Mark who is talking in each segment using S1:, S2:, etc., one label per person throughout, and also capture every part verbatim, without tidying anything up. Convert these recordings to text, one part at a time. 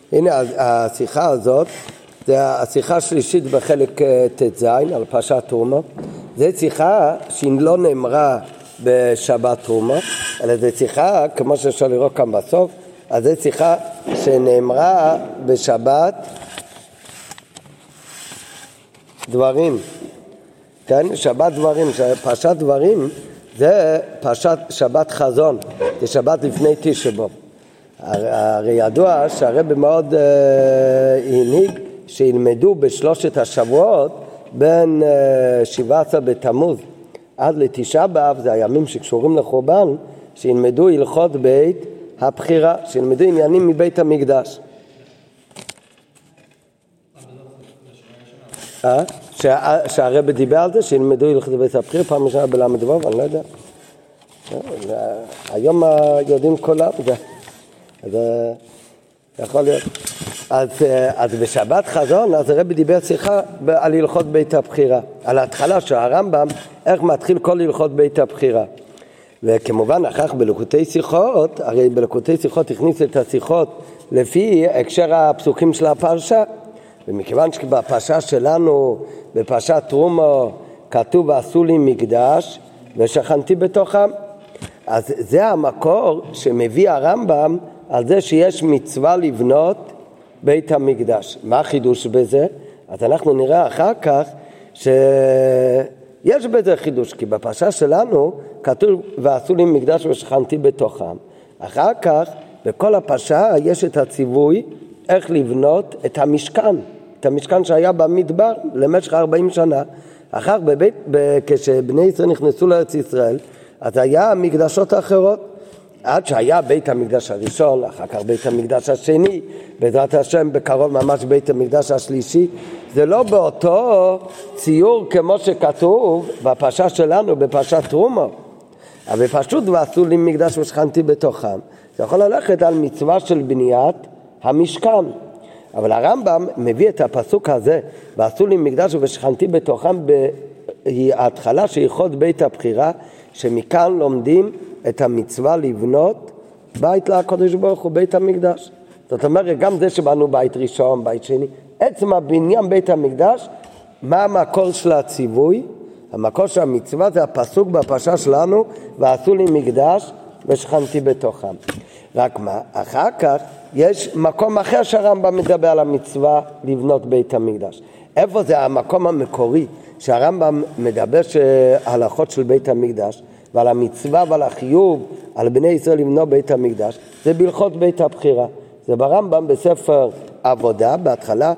S1: הנה השיחה הזאת, זה השיחה השלישית בחלק ת' על פרשת תרומה. זו שיחה שהיא לא נאמרה בשבת תרומה, אלא זו שיחה, כמו שאפשר לראות כאן בסוף, אז זו שיחה שנאמרה בשבת דברים. כן? שבת דברים, פרשת דברים זה פרשת שבת חזון, זה שבת לפני תשעה באב. הרי ידוע שהרבי מאוד הנהיג uh, שילמדו בשלושת השבועות בין uh, שבעה עשר בתמוז עד לתשעה באב, זה הימים שקשורים לחורבן, שילמדו הלכות בית הבחירה, שילמדו עניינים מבית המקדש. אה? שה, שהרבי דיבר על זה, שילמדו הלכות בית הבחירה, פעם ראשונה בלמד ו', אני לא יודע. היום יודעים כולם זה. אז יכול להיות. אז, אז בשבת חזון, אז הרבי דיבר שיחה על הלכות בית הבחירה, על ההתחלה של הרמב"ם, איך מתחיל כל הלכות בית הבחירה. וכמובן, אחר כך בליקוטי שיחות, הרי בליקוטי שיחות הכניס את השיחות לפי הקשר הפסוקים של הפרשה, ומכיוון שבפרשה שלנו, בפרשת תרומה, כתוב ועשו לי מקדש ושכנתי בתוכם, אז זה המקור שמביא הרמב"ם על זה שיש מצווה לבנות בית המקדש. מה החידוש בזה? אז אנחנו נראה אחר כך שיש בזה חידוש, כי בפרשה שלנו כתוב ועשו לי מקדש ושכנתי בתוכם. אחר כך בכל הפרשה יש את הציווי איך לבנות את המשכן, את המשכן שהיה במדבר למשך ארבעים שנה. אחר בבית, כשבני ישראל נכנסו לארץ ישראל, אז היה המקדשות האחרות, עד שהיה בית המקדש הראשון, אחר כך בית המקדש השני, בעזרת השם בקרוב ממש בית המקדש השלישי. זה לא באותו ציור כמו שכתוב בפרשה שלנו, בפרשת תרומה, אבל פשוט ועשו לי מקדש ושכנתי בתוכם. זה יכול ללכת על מצווה של בניית המשכן. אבל הרמב"ם מביא את הפסוק הזה, ועשו לי מקדש ושכנתי בתוכם, בהתחלה של הלכות בית הבחירה, שמכאן לומדים את המצווה לבנות בית לקדוש ברוך הוא, בית המקדש. זאת אומרת, גם זה שבנו בית ראשון, בית שני, עצם הבניין בית המקדש, מה המקור של הציווי? המקור של המצווה זה הפסוק בפרשה שלנו, ועשו לי מקדש ושכנתי בתוכם. רק מה? אחר כך יש מקום אחר שהרמב"ם מדבר על המצווה לבנות בית המקדש. איפה זה המקום המקורי שהרמב"ם מדבר על ההלכות של בית המקדש ועל המצווה ועל החיוב על בני ישראל לבנות בית המקדש? זה בהלכות בית הבחירה. זה ברמב"ם בספר עבודה, בהתחלה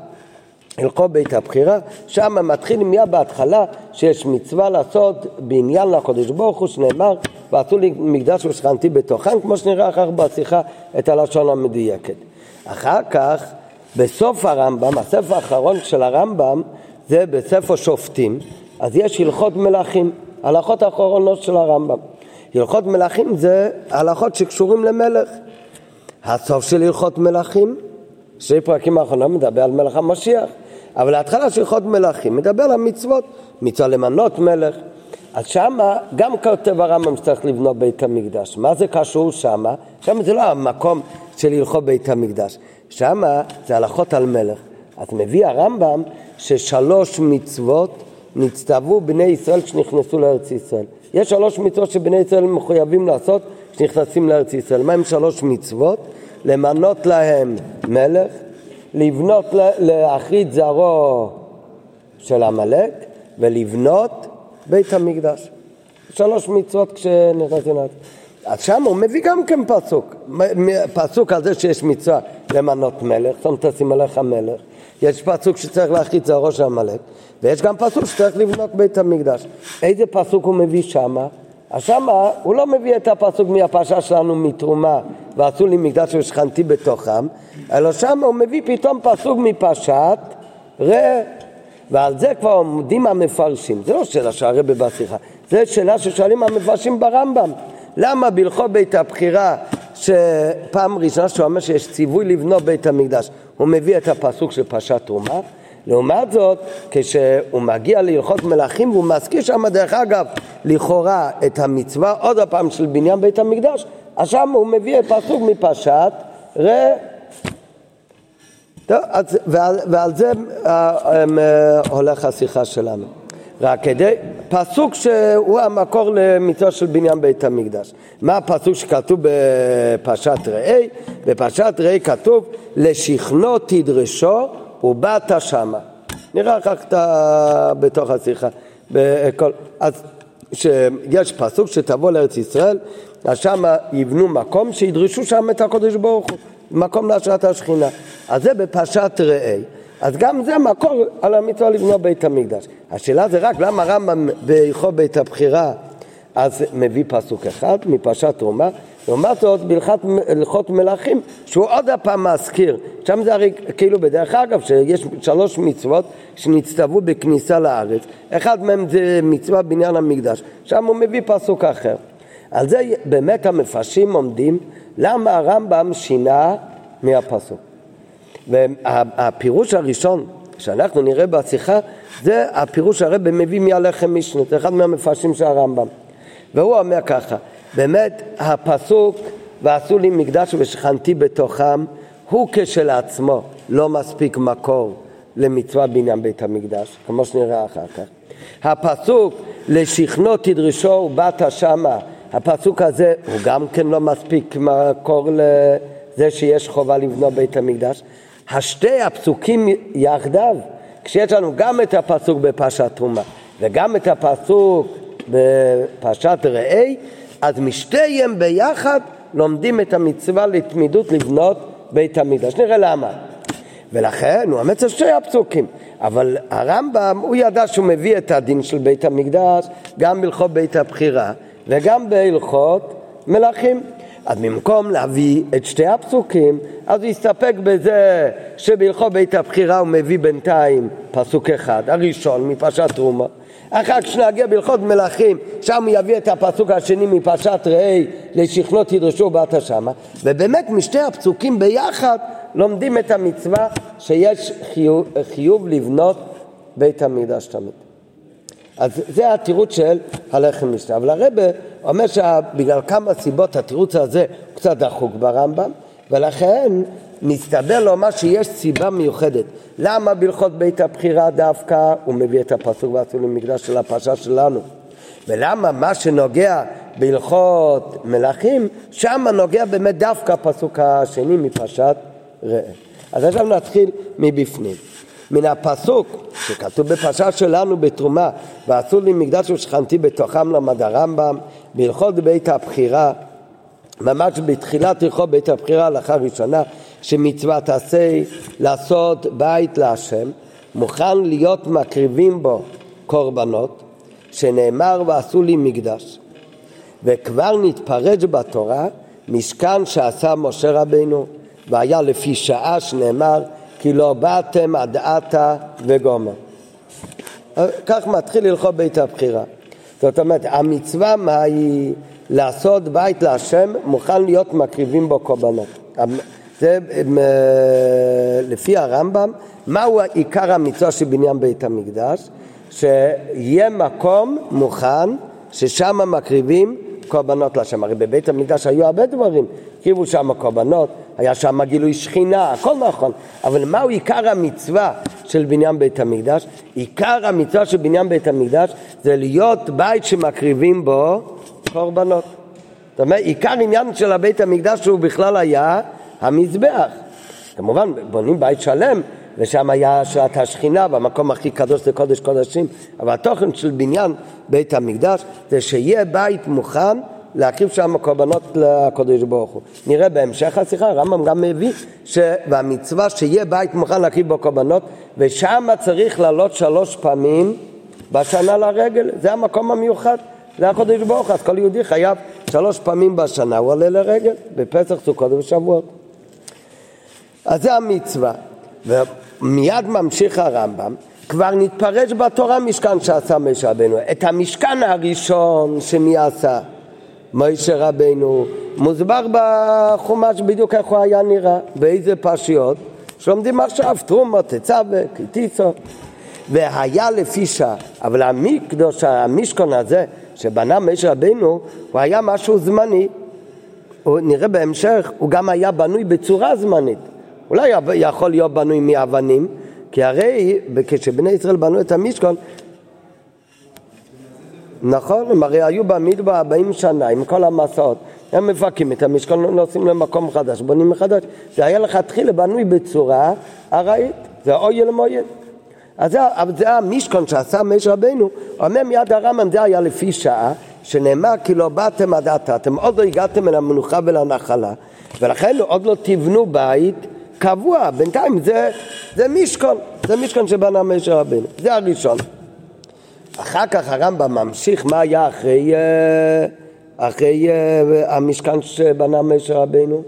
S1: הלכות בית הבחירה, שם מתחיל מיד בהתחלה שיש מצווה לעשות בעניין לקדוש ברוך הוא, שנאמר ועשו לי מקדש ושכנתי בתוכם, כמו שנראה אחר בשיחה את הלשון המדויקת. אחר כך בסוף הרמב"ם, הספר האחרון של הרמב"ם זה בספר שופטים, אז יש הלכות מלכים, הלכות האחרונות של הרמב"ם. הלכות מלכים זה הלכות שקשורים למלך. הסוף של הלכות מלכים, שני פרקים האחרונים מדבר על מלך המשיח, אבל ההתחלה של הלכות מלכים מדבר על המצוות, מצווה למנות מלך. אז שמה גם כותב הרמב"ם שצריך לבנות בית המקדש. מה זה קשור שמה? שמה זה לא המקום של הלכות בית המקדש, שמה זה הלכות על מלך. אז מביא הרמב"ם ששלוש מצוות נצטוו בני ישראל כשנכנסו לארץ ישראל. יש שלוש מצוות שבני ישראל מחויבים לעשות כשנכנסים לארץ ישראל. מה הם שלוש מצוות? למנות להם מלך, לבנות לאחרית זרעו של עמלק, ולבנות בית המקדש. שלוש מצוות כשנכנסים לארץ. אז שם הוא מביא גם כן פסוק, פסוק על זה שיש מצווה למנות מלך, שם תשים עליך מלך. יש פסוק שצריך להחריץ זרעו של עמלק, ויש גם פסוק שצריך לבנות בית המקדש. איזה פסוק הוא מביא שמה? אז שמה הוא לא מביא את הפסוק מהפרשה שלנו מתרומה, ועשו לי מקדש ושכנתי בתוכם, אלא שמה הוא מביא פתאום פסוק מפרשת ראה, ועל זה כבר עומדים המפרשים. זה לא שאלה שהרבי בשיחה, זה שאלה ששואלים המפרשים ברמב"ם. למה בהלכות בית הבחירה, שפעם ראשונה שהוא אומר שיש ציווי לבנות בית המקדש, הוא מביא את הפסוק של פרשת תרומה? לעומת זאת, כשהוא מגיע להלכות מלכים, והוא מזכיר שם דרך אגב לכאורה את המצווה עוד הפעם של בניין בית המקדש, אז שם הוא מביא את פסוק מפרשת ראה. טוב, אז, ועל, ועל זה הולך השיחה שלנו. רק כדי, פסוק שהוא המקור למצווה של בניין בית המקדש. מה הפסוק שכתוב בפרשת ראה? בפרשת ראה כתוב לשכנו תדרשו ובאת שמה. נראה אחר כך בתוך השיחה. בכל, אז שיש פסוק שתבוא לארץ ישראל, אז שם יבנו מקום שידרשו שם את הקדוש ברוך הוא, מקום להשראת השכינה. אז זה בפרשת ראה. אז גם זה מקור על המצווה לבנות בית המקדש. השאלה זה רק למה רמב"ם בהלכות בית הבחירה אז מביא פסוק אחד מפרשת תרומה, לעומת זאת בהלכות מלכים שהוא עוד הפעם מזכיר. שם זה הרי כאילו בדרך אגב שיש שלוש מצוות שנצטוו בכניסה לארץ, אחד מהם זה מצווה בניין המקדש, שם הוא מביא פסוק אחר. על זה באמת המפרשים עומדים למה הרמב"ם שינה מהפסוק. והפירוש הראשון שאנחנו נראה בשיחה זה הפירוש הרב מביא מהלחם משנה, זה אחד מהמפרשים של הרמב"ם, והוא אומר ככה, באמת הפסוק ועשו לי מקדש ושכנתי בתוכם הוא כשלעצמו לא מספיק מקור למצווה בניין בית המקדש, כמו שנראה אחר כך. הפסוק לשכנו תדרשו ובאת שמה, הפסוק הזה הוא גם כן לא מספיק מקור לזה שיש חובה לבנות בית המקדש. השתי הפסוקים יחדיו, כשיש לנו גם את הפסוק בפרשת תרומה וגם את הפסוק בפרשת ראה, אז משתיהם ביחד לומדים את המצווה לתמידות לבנות בית המקדש. נראה למה. ולכן הוא אמץ את שתי הפסוקים, אבל הרמב"ם הוא ידע שהוא מביא את הדין של בית המקדש גם בהלכות בית הבחירה וגם בהלכות מלכים. אז במקום להביא את שתי הפסוקים, אז הוא יסתפק בזה שבהלכות בית הבחירה הוא מביא בינתיים פסוק אחד, הראשון מפרשת תרומה. אחר כך שנגיע בהלכות מלכים, שם הוא יביא את הפסוק השני מפרשת ראה, לשכנו תדרשו ובאת שמה. ובאמת משתי הפסוקים ביחד לומדים את המצווה שיש חיוב, חיוב לבנות בית המקדש תמיד. אז זה התירוץ של הלחם משנה. אבל הרב אומר שבגלל כמה סיבות התירוץ הזה קצת דחוק ברמב"ם, ולכן מסתבר לו מה שיש סיבה מיוחדת. למה בהלכות בית הבחירה דווקא הוא מביא את הפסוק ועשו לי מקדש של הפרשה שלנו? ולמה מה שנוגע בהלכות מלכים, שם נוגע באמת דווקא הפסוק השני מפרשת ראה. אז עכשיו נתחיל מבפנים. מן הפסוק שכתוב בפרשה שלנו בתרומה, ועשו לי מקדש ושכנתי בתוכם, למד הרמב"ם בהלכות בית הבחירה, ממש בתחילת הלכות בית הבחירה, הלכה ראשונה, שמצוות עשה לעשות בית להשם, מוכן להיות מקריבים בו קורבנות, שנאמר ועשו לי מקדש. וכבר נתפרש בתורה משכן שעשה משה רבינו, והיה לפי שעה שנאמר כי לא באתם עד עתה וגומר. כך מתחיל הלכות בית הבחירה. זאת אומרת, המצווה מה היא? לעשות בית להשם, מוכן להיות מקריבים בו קורבנות. זה לפי הרמב"ם, מהו עיקר המצווה של בניין בית המקדש? שיהיה מקום מוכן ששם מקריבים קורבנות להשם. הרי בבית המקדש היו הרבה דברים, קריבו שם קורבנות, היה שם גילוי שכינה, הכל נכון. אבל מהו עיקר המצווה של בניין בית המקדש? עיקר המצווה של בניין בית המקדש זה להיות בית שמקריבים בו קורבנות. זאת אומרת, עיקר עניין של הבית המקדש הוא בכלל היה המזבח. כמובן, בונים בית שלם, ושם היה שעת השכינה, במקום הכי קדוש זה קודש קודשים, אבל התוכן של בניין בית המקדש זה שיהיה בית מוכן להקריב שם קורבנות לקודש ברוך הוא. נראה בהמשך השיחה, הרמב"ם גם מביא שהמצווה שיהיה בית מוכן להקריב בו קורבנות, ושם צריך לעלות שלוש פעמים בשנה לרגל, זה המקום המיוחד, זה הקודש ברוך הוא, אז כל יהודי חייב שלוש פעמים בשנה, הוא עולה לרגל, בפסח, סוכות ובשבועות. אז זה המצווה. ומיד ממשיך הרמב"ם, כבר נתפרש בתורה משכן שעשה משה רבינו. את המשכן הראשון שמי עשה? משה רבינו. מוסבר בחומש בדיוק איך הוא היה נראה, באיזה פרשיות שלומדים עכשיו, תרומות, תצווה, כתיסו. והיה לפי שעה, אבל המקדוש, המשכן הזה שבנה משה רבינו, הוא היה משהו זמני. הוא נראה בהמשך, הוא גם היה בנוי בצורה זמנית. אולי יכול להיות בנוי מאבנים, כי הרי כשבני ישראל בנו את המשכן, נכון, הם הרי היו במדבר ארבעים שנה עם כל המסעות, הם מפקים את המשכן, נוסעים למקום חדש, בונים מחדש. זה היה לכתחילה בנוי בצורה ארעית, זה אויל מויל. אז זה, זה המשכן שעשה משה רבנו, אומר מיד הרמב"ם, זה היה לפי שעה, שנאמר כי לא באתם עד עתה, אתם עוד לא הגעתם אל המנוחה ולנחלה, ולכן עוד לא תבנו בית קבוע, בינתיים זה, זה משכן, זה משכן שבנה משה רבנו, זה הראשון. אחר כך הרמב"ם ממשיך מה היה אחרי, אחרי המשכן שבנה משה רבנו.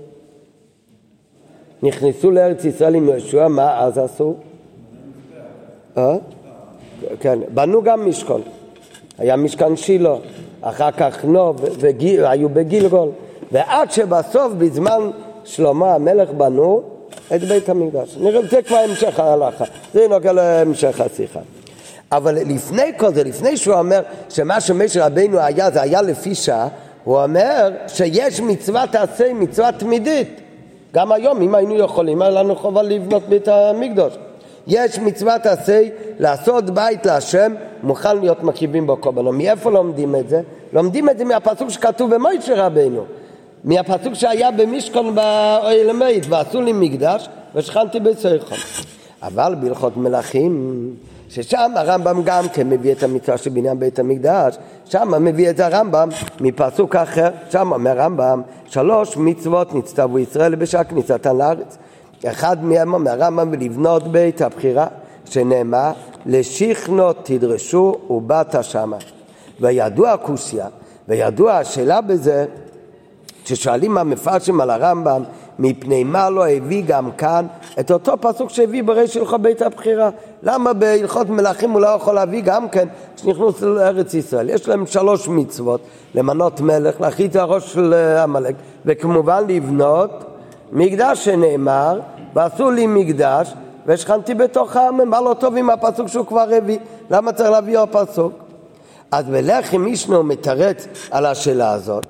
S1: נכנסו לארץ ישראל עם יהושע, מה אז עשו? אה? כן, בנו גם משכן, היה משכן שילה, אחר כך נוב, והיו בגילגול, ועד שבסוף בזמן שלמה המלך בנו את בית המקדש. נראה, זה כבר המשך ההלכה, זה נוגע להמשך השיחה. אבל לפני כל זה, לפני שהוא אומר שמה שמשה רבנו היה, זה היה לפי שעה, הוא אומר שיש מצווה תעשה, מצווה תמידית. גם היום, אם היינו יכולים, היה לנו חובה לבנות בית המקדש. יש מצווה תעשה, לעשות בית להשם, מוכן להיות מקריבים בו קורבנות. מאיפה לומדים את זה? לומדים את זה מהפסוק שכתוב במשה רבנו. מהפסוק שהיה במשכן באוהל מועד, ועשו לי מקדש, ושכנתי בציכם. אבל בהלכות מלכים, ששם הרמב"ם גם כן מביא את המצווה של בניין בית המקדש, שם מביא את הרמב"ם מפסוק אחר, שם אומר הרמב"ם, שלוש מצוות נצטוו ישראל בשעה כניסתן לארץ. אחד מהם אומר הרמב"ם ולבנות בית הבחירה, שנאמר, לשכנות תדרשו ובאת שמה. וידוע הקושיה, וידוע השאלה בזה, ששואלים המפרשים על הרמב"ם, מפני מה לא הביא גם כאן את אותו פסוק שהביא בריש הלכות בית הבחירה? למה בהלכות מלכים הוא לא יכול להביא גם כן שנכנס לארץ ישראל? יש להם שלוש מצוות, למנות מלך, להחליט הראש של המלך, וכמובן לבנות מקדש שנאמר, ועשו לי מקדש ושכנתי בתוכם. מה לא טוב עם הפסוק שהוא כבר הביא? למה צריך להביא עוד פסוק? אז בלחם משנה מתרץ על השאלה הזאת.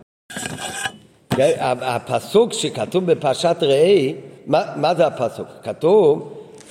S1: הפסוק שכתוב בפרשת ראה, מה, מה זה הפסוק? כתוב,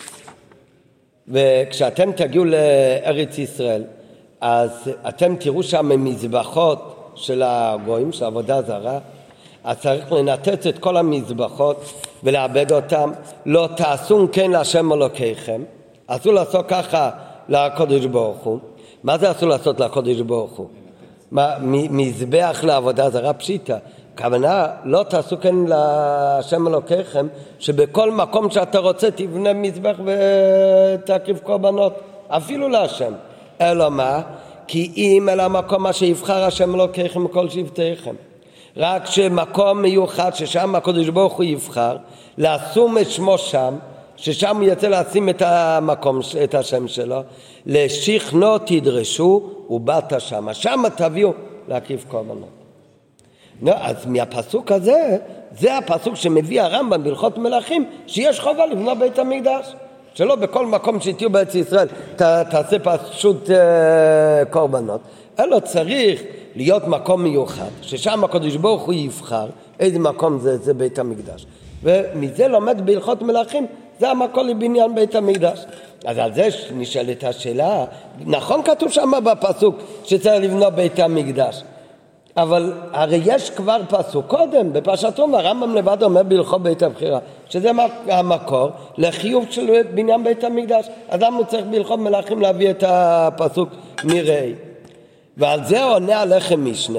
S1: וכשאתם תגיעו לארץ ישראל, אז אתם תראו שם מזבחות של הגויים, של עבודה זרה, אז צריך לנתץ את כל המזבחות ולעבד אותם. לא תעשו כן להשם אלוקיכם, אסור לעשות ככה לקדוש ברוך הוא. מה זה אסור לעשות לקדוש ברוך הוא? מה, מזבח לעבודה זרה פשיטה. כוונה, לא תעשו כן להשם אלוקיכם, שבכל מקום שאתה רוצה תבנה מזבח ותקריב קורבנות, אפילו להשם. אלא מה? כי אם אל המקום מה שיבחר השם אלוקיכם מכל שבטיכם. רק שמקום מיוחד ששם הקדוש ברוך הוא יבחר, לשום את שמו שם, ששם הוא יצא לשים את המקום, את השם שלו, לשכנות תדרשו ובאת שם. שם תביאו להקריב קורבנות. לא, אז מהפסוק הזה, זה הפסוק שמביא הרמב"ם בהלכות מלכים, שיש חובה לבנות בית המקדש. שלא בכל מקום שתהיו בארץ ישראל ת, תעשה פשוט uh, קורבנות, אלא צריך להיות מקום מיוחד, ששם הקדוש ברוך הוא יבחר איזה מקום זה, זה בית המקדש. ומזה לומד בהלכות מלכים, זה המקום לבניין בית המקדש. אז על זה נשאלת השאלה, נכון כתוב שם בפסוק שצריך לבנות בית המקדש, אבל הרי יש כבר פסוק קודם, בפרשת תרומה, הרמב"ם לבד אומר בהלכות בית הבחירה, שזה המקור לחיוב של בניין בית המקדש. אז למה הוא צריך בהלכות מלכים להביא את הפסוק מראי? ועל זה עונה הלחם משנה,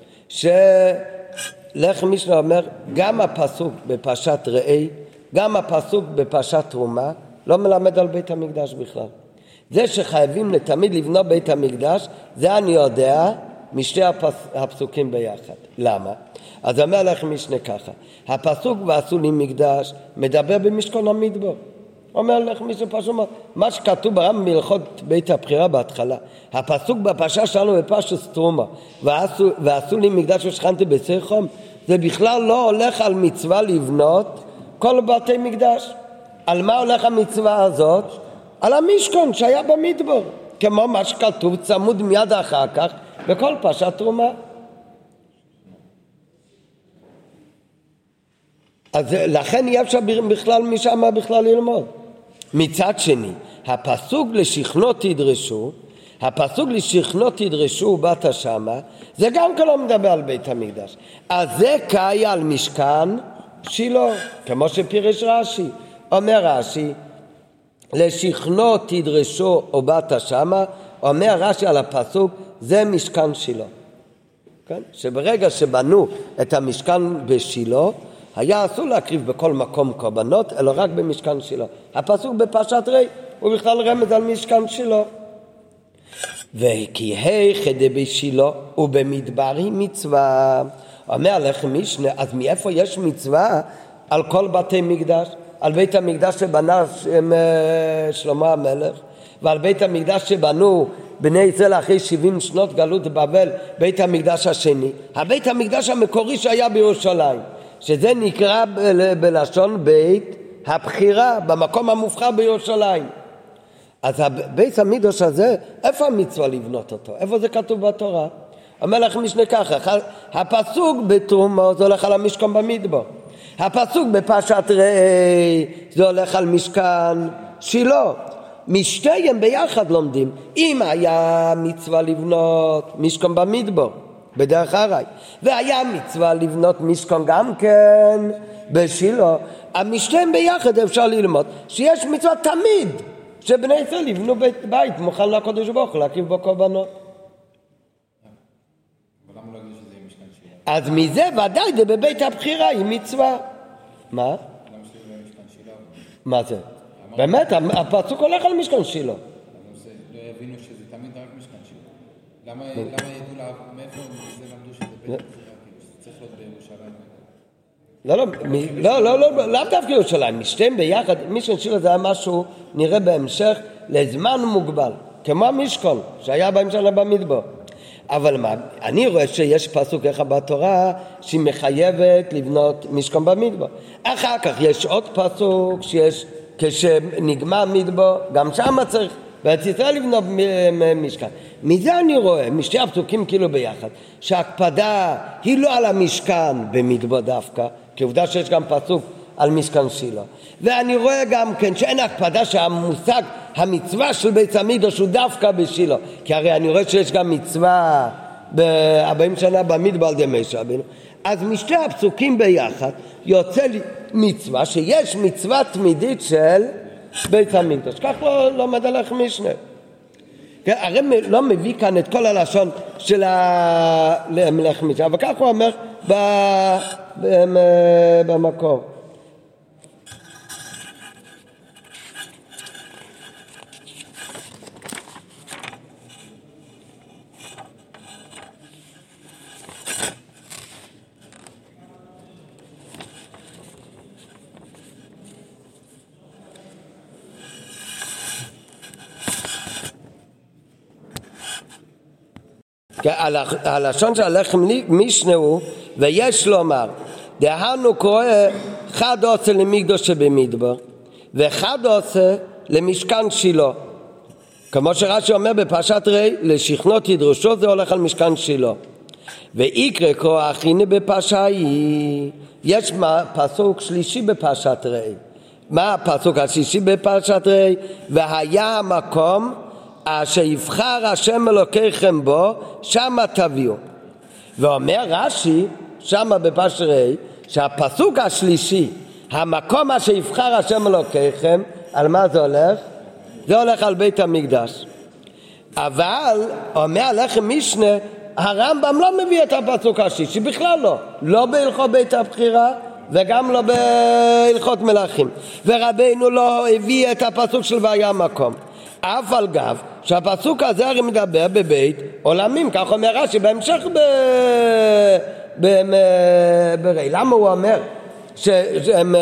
S1: שלחם משנה אומר, גם הפסוק בפרשת ראי, גם הפסוק בפרשת תרומה, לא מלמד על בית המקדש בכלל. זה שחייבים לתמיד לבנות בית המקדש, זה אני יודע, משתי הפס... הפסוקים ביחד. למה? אז אומר לכם משנה ככה, הפסוק ועשו לי מקדש מדבר במשכן המדבר. אומר לכם משנה פשוט, מה שכתוב ברמב"ם בהלכות בית הבחירה בהתחלה, הפסוק בפרשה שלנו בפרשת תרומה, ועשו, ועשו לי מקדש ושכנתי בציכם, זה בכלל לא הולך על מצווה לבנות כל בתי מקדש. על מה הולך המצווה הזאת? על המשכן שהיה במדבר, כמו מה שכתוב צמוד מיד אחר כך בכל פרשת תרומה. אז לכן אי אפשר בכלל משם בכלל ללמוד. מצד שני, הפסוק לשכנות תדרשו, הפסוק לשכנות תדרשו באת שמה, זה גם כן לא מדבר על בית המקדש. אז זה קאי על משכן שילה, כמו שפירש רש"י. אומר רש"י, לשכנות תדרשו או באת שמה, אומר רש"י על הפסוק, זה משכן שילה. כן? שברגע שבנו את המשכן בשילה, היה אסור להקריב בכל מקום קורבנות, אלא רק במשכן שילה. הפסוק בפרשת רי, הוא בכלל רמז על משכן שילה. וכי היכא דבשילה ובמדבר היא מצווה. אומר לכם משנה, אז מאיפה יש מצווה על כל בתי מקדש? על בית המקדש שבנה שלמה המלך, ועל בית המקדש שבנו בני ישראל אחרי שבעים שנות גלות בבל, בית המקדש השני. הבית המקדש המקורי שהיה בירושלים, שזה נקרא ב- בלשון בית הבחירה, במקום המובחר בירושלים. אז הבית המקדש הזה, איפה המצווה לבנות אותו? איפה זה כתוב בתורה? אומר לכם משנה ככה, הפסוק בתרומה זה הולך על המשכן במדבר. הפסוק בפרשת ראה זה הולך על משכן שילה. משתיהם ביחד לומדים. אם היה מצווה לבנות משכן במדבר, בדרך הרי, והיה מצווה לבנות משכן גם כן בשילה, המשתיהם ביחד אפשר ללמוד שיש מצווה תמיד שבני ישראל יבנו בית, בית מוכן לקדוש ברוך הוא להקריב בו קורבנות. אז מזה ודאי זה בבית הבחירה היא מצווה. מה? מה זה? באמת, הפסוק הולך על משכן שילה.
S2: לא יבינו שזה תמיד רק משכן שילה. למה ידעו לה, מאיפה זה למדו שזה בית הבחירה? שזה צריך להיות בירושלים?
S1: לא, לא, לא, לא, לא דווקא ירושלים. משתיהם ביחד, משכן שילה זה היה משהו, נראה בהמשך, לזמן מוגבל. כמו המשכן שהיה בהמשך במדבר. אבל מה, אני רואה שיש פסוק אחד בתורה שהיא מחייבת לבנות משכן במדבר. אחר כך יש עוד פסוק שיש, כשנגמר מדבר, גם שם צריך, ואתה ישראל לבנות משכן. מזה אני רואה, משתי הפסוקים כאילו ביחד, שההקפדה היא לא על המשכן במדבר דווקא, כי עובדה שיש גם פסוק על משכן שילה. ואני רואה גם כן שאין הקפדה שהמושג, המצווה של בית המקדש הוא דווקא בשילה. כי הרי אני רואה שיש גם מצווה ב-ארבעים שנה במדבר על ימי שבת. אז משתי הפסוקים ביחד יוצא לי מצווה שיש מצווה תמידית של בית המקדש. כך לא, לא מדלך משנה. הרי לא מביא כאן את כל הלשון של המלך משנה, אבל כך הוא אומר במקור. הלשון של הלחם משנה הוא, ויש לומר, דהנו קורא חד עושה למקדש שבמדבר, וחד עושה למשכן שילה. כמו שרש"י אומר בפרשת רי, לשכנות תדרשו זה הולך על משכן שילה. ויקרא קרוא הכינה בפרשה היא, יש פסוק שלישי בפרשת רי. מה הפסוק השלישי בפרשת רי? והיה המקום אשר יבחר השם אלוקיכם בו, שמה תביאו. ואומר רש"י, שמה בפרשת רי, שהפסוק השלישי, המקום אשר יבחר השם אלוקיכם, על מה זה הולך? זה הולך על בית המקדש. אבל, אומר לכם משנה, הרמב"ם לא מביא את הפסוק השלישי, בכלל לא. לא בהלכות בית הבחירה, וגם לא בהלכות מלכים. ורבינו לא הביא את הפסוק של והיה מקום. אף על גב שהפסוק הזה הרי מדבר בבית עולמים, כך אומר רש"י בהמשך ב... ב... ברי. למה הוא אומר שהם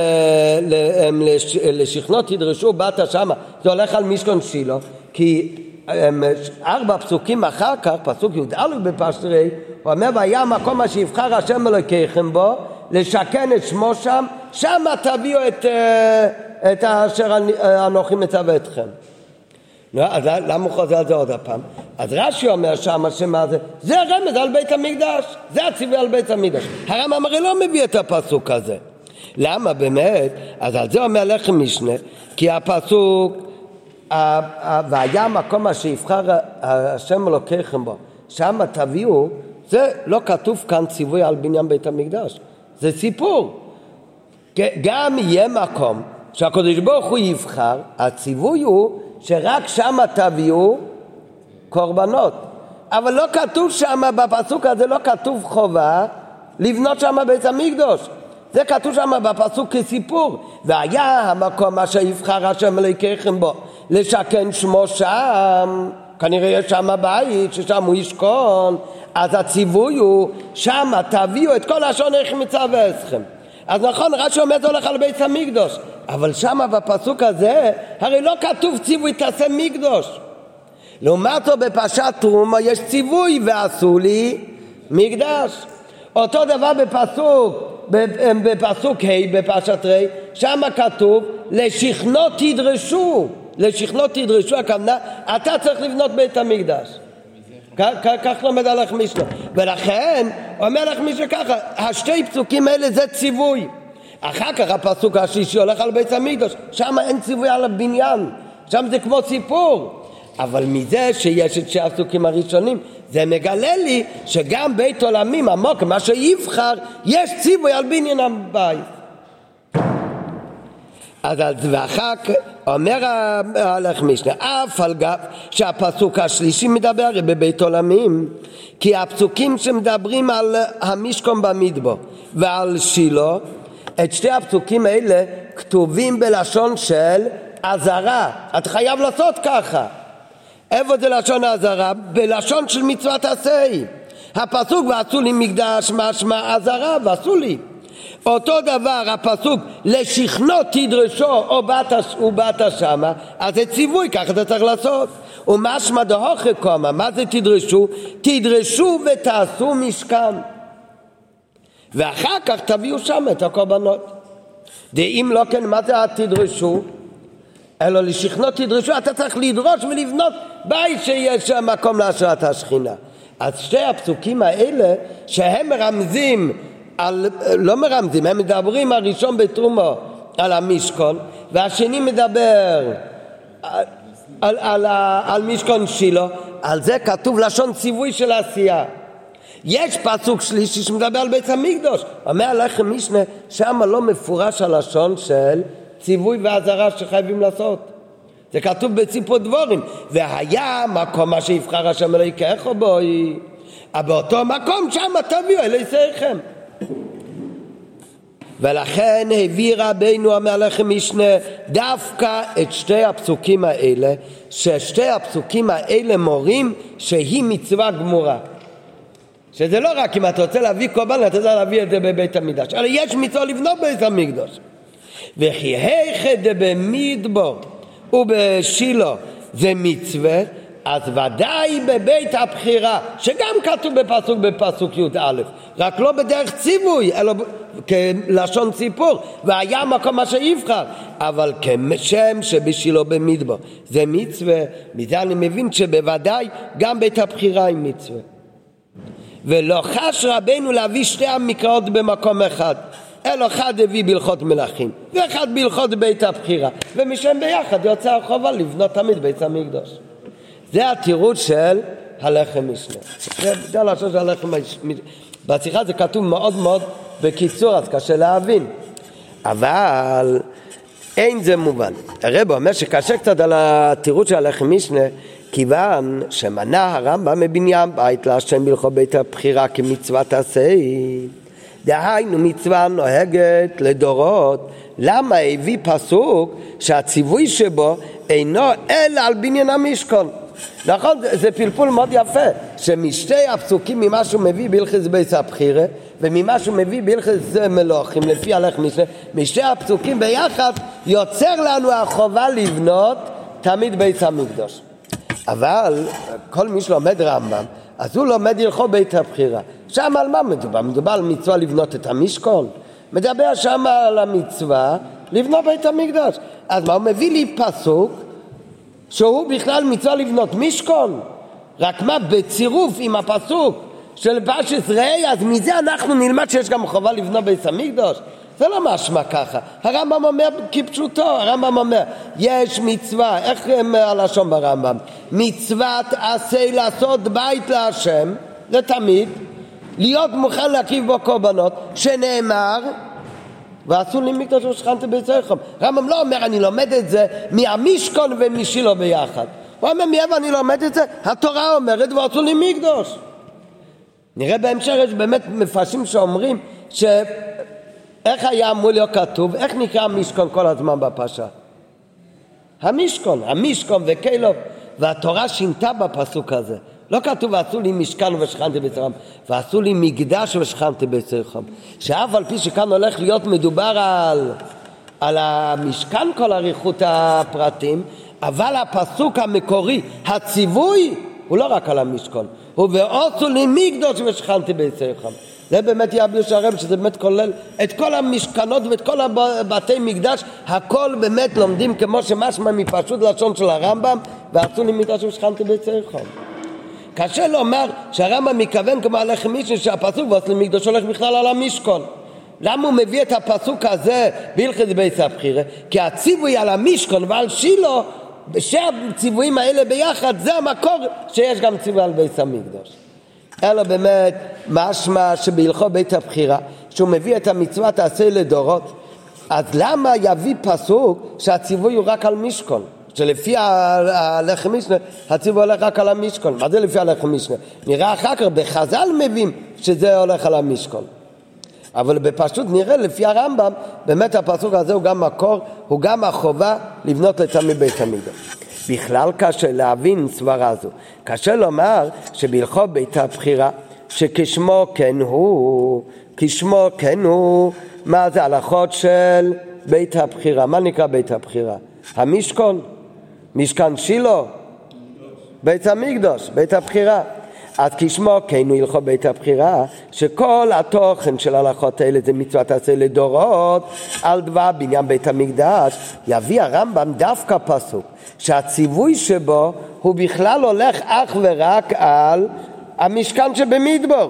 S1: לשכנות תדרשו באת שמה, זה הולך על משכן שילה? כי ארבע פסוקים אחר כך, פסוק י"א בפרשת רי, הוא אומר והיה המקום אשר יבחר השם אלוקיכם בו לשכן את שמו שם, שמה תביאו את, את אשר אנוכי מצווה אתכם. לא, אז למה הוא חוזר על זה עוד הפעם? אז רש"י אומר שמה שמה זה, זה רמז על בית המקדש, זה הציווי על בית המקדש. הרמב"ם הרי לא מביא את הפסוק הזה. למה באמת? אז על זה אומר לכם משנה, כי הפסוק, והיה מקום אשר יבחר השם אלוקיכם בו, שם תביאו, זה לא כתוב כאן ציווי על בניין בית המקדש, זה סיפור. גם יהיה מקום שהקדוש ברוך הוא יבחר, הציווי הוא שרק שם תביאו קורבנות. אבל לא כתוב שם, בפסוק הזה לא כתוב חובה לבנות שם בית המקדש. זה כתוב שם בפסוק כסיפור. והיה המקום אשר יבחר השם אלוקיכם בו, לשכן שמו שם, כנראה יש שם בית ששם הוא ישכון, אז הציווי הוא שם תביאו את כל אשר אני מצווה אתכם. אז נכון, רש"י אומר זה הולך על בית המקדש, אבל שם בפסוק הזה הרי לא כתוב ציווי תעשה מקדש. לעומת זאת בפרשת תרומה יש ציווי ועשו לי מקדש. אותו דבר בפסוק בפסוק ה' בפרשת ר', שם כתוב לשכנות תדרשו, לשכנות תדרשו, הכוונה אתה צריך לבנות בית המקדש. כך לומד הלך משנה, ולכן אומר לך משנה ככה, השתי פסוקים האלה זה ציווי. אחר כך הפסוק השלישי הולך על בית המקדש, שם אין ציווי על הבניין, שם זה כמו סיפור. אבל מזה שיש את שתי הפסוקים הראשונים, זה מגלה לי שגם בית עולמים עמוק, מה שיבחר, יש ציווי על בניין הבית. אז ואחר כך אומר הלך משנה, אף על גב שהפסוק השלישי מדבר בבית עולמים, כי הפסוקים שמדברים על המשכון במדבר ועל שילה, את שתי הפסוקים האלה כתובים בלשון של עזרה. אתה חייב לעשות ככה. איפה זה לשון עזרה? בלשון של מצוות עשה. הפסוק ועשו לי מקדש משמע עזרה ועשו לי. אותו דבר הפסוק לשכנות תדרשו או באת, ובאת שמה, אז זה ציווי, ככה אתה צריך לעשות. ומשמע דהוכי קומה, מה זה תדרשו? תדרשו ותעשו משכן, ואחר כך תביאו שם את הקורבנות. ואם לא כן, מה זה תדרשו? אלא לשכנות תדרשו, אתה צריך לדרוש ולבנות בית שיש שם מקום להשראת השכינה. אז שתי הפסוקים האלה שהם מרמזים על, לא מרמזים, הם מדברים הראשון בתרומה על המשכון, והשני מדבר על, על, על, על משכון שילה. על זה כתוב לשון ציווי של עשייה. יש פסוק שלישי שמדבר על בית המקדש, אומר לכם משנה, שם לא מפורש הלשון של ציווי ועזרה שחייבים לעשות. זה כתוב בציפור דבורים, והיה מקום מה שיבחר השם אלוהיכם בו, באותו מקום שם תביאו אלוהיכם. ולכן הביא רבינו אומר לכם משנה דווקא את שתי הפסוקים האלה, ששתי הפסוקים האלה מורים שהיא מצווה גמורה, שזה לא רק אם אתה רוצה להביא קורבן אתה רוצה להביא את זה בבית המקדש, אלא יש מצווה לבנות בית המקדש. וכי היכא דבמדבר ובשילה זה מצווה, אז ודאי בבית הבחירה, שגם כתוב בפסוק בפסוק י' א', רק לא בדרך ציווי, אלא כלשון ציפור, והיה מקום מה שיבחר, אבל כשם שבשילה במדבר זה מצווה, מזה אני מבין שבוודאי גם בית הבחירה היא מצווה. ולא חש רבנו להביא שתי המקראות במקום אחד, אלא אחד הביא בהלכות מלכים ואחד בהלכות בית הבחירה, ומשם ביחד יוצא החובה לבנות תמיד בית המקדש. זה התירוץ של הלחם משנה. זה הלשון של הלחם משנה. בשיחה זה כתוב מאוד מאוד בקיצור, אז קשה להבין, אבל אין זה מובן. הרב אומר שקשה קצת על התירוץ של הלחם משנה, כיוון שמנה הרמב"ם מבניין בית להשם בהלכות בית הבחירה כמצוות עשה, דהיינו מצווה נוהגת לדורות. למה הביא פסוק שהציווי שבו אינו אלא על בניין המשכון? נכון, זה פלפול מאוד יפה, שמשתי הפסוקים ממה שהוא מביא בהלכות בית הבחירה וממה שהוא מביא בהלכות מלוכים לפי הלחם משנה, משתי הפסוקים ביחד יוצר לנו החובה לבנות תמיד בית המקדש. אבל כל מי שלומד רמב"ם אז הוא לומד הלכות בית הבחירה. שם על מה מדובר? מדובר על מצווה לבנות את המשכון, מדבר שם על המצווה לבנות בית המקדש. אז מה הוא מביא לי פסוק שהוא בכלל מצווה לבנות משכון, רק מה בצירוף עם הפסוק של פרשת ראה, אז מזה אנחנו נלמד שיש גם חובה לבנות בית המקדש. זה לא משמע ככה. הרמב"ם אומר כפשוטו, הרמב"ם אומר, יש מצווה, איך הלשון ברמב"ם? מצוות עשה לעשות בית להשם, זה תמיד, להיות מוכן להקריב בו קורבנות, שנאמר, ועשו לי מקדש ושכנתי ביציכם. הרמב"ם לא אומר, אני לומד את זה מהמשכון ומשילה ביחד. הוא אומר, מאיפה אני לומד את זה? התורה אומרת, ועשו לי מקדש. נראה בהמשך, יש באמת מפרשים שאומרים, ש... איך היה אמור להיות כתוב? איך נקרא המשכון כל הזמן בפרשה? המשכון, המשכון וכלוב. והתורה שינתה בפסוק הזה. לא כתוב ועשו לי משכן ושכנתי ביציכם, ועשו לי מקדש ושכנתי ביציכם. שאף על פי שכאן הולך להיות מדובר על, על המשכן כל אריכות הפרטים, אבל הפסוק המקורי, הציווי, הוא לא רק על המשכון. הוא ועשו לי מקדש ושכנתי ביציכם. זה באמת יביש הרב, שזה באמת כולל את כל המשכנות ואת כל הבתי מקדש, הכל באמת לומדים כמו שמשמע מפשוט לשון של הרמב"ם, ועשו לי מקדש ושכנתי ביציכם. קשה לומר שהרמב"ם מכוון כמו הלחם משנה שהפסוק ועשו לי מקדש הולך בכלל על המשכון. למה הוא מביא את הפסוק הזה בהלכות בית הבחירה? כי הציווי על המשכון ועל שילה, שהציוויים האלה ביחד, זה המקור שיש גם ציווי על בית המקדש. אלא באמת משמע שבהלכות בית הבחירה, שהוא מביא את המצווה תעשה לדורות, אז למה יביא פסוק שהציווי הוא רק על משכון? שלפי הלחם משנה הציווי הולך רק על המשכון. מה זה לפי הלחם משנה? נראה אחר כך בחז"ל מבין שזה הולך על המשכון, אבל בפשוט נראה לפי הרמב"ם באמת הפסוק הזה הוא גם מקור, הוא גם החובה לבנות לתמיד בית המקדש. בכלל קשה להבין סברה זו. קשה לומר שבהלכות בית הבחירה שכשמו כן הוא, כשמו כן הוא, מה זה הלכות של בית הבחירה? מה נקרא בית הבחירה? המשכון, משכן שילה, בית המקדש, בית הבחירה. אז כשמו כן הוא הלכות בית הבחירה, שכל התוכן של ההלכות האלה זה מצוות עשה לדורות על דבר בניין בית המקדש. יביא הרמב"ם דווקא פסוק שהציווי שבו הוא בכלל הולך אך ורק על המשכן שבמדבר.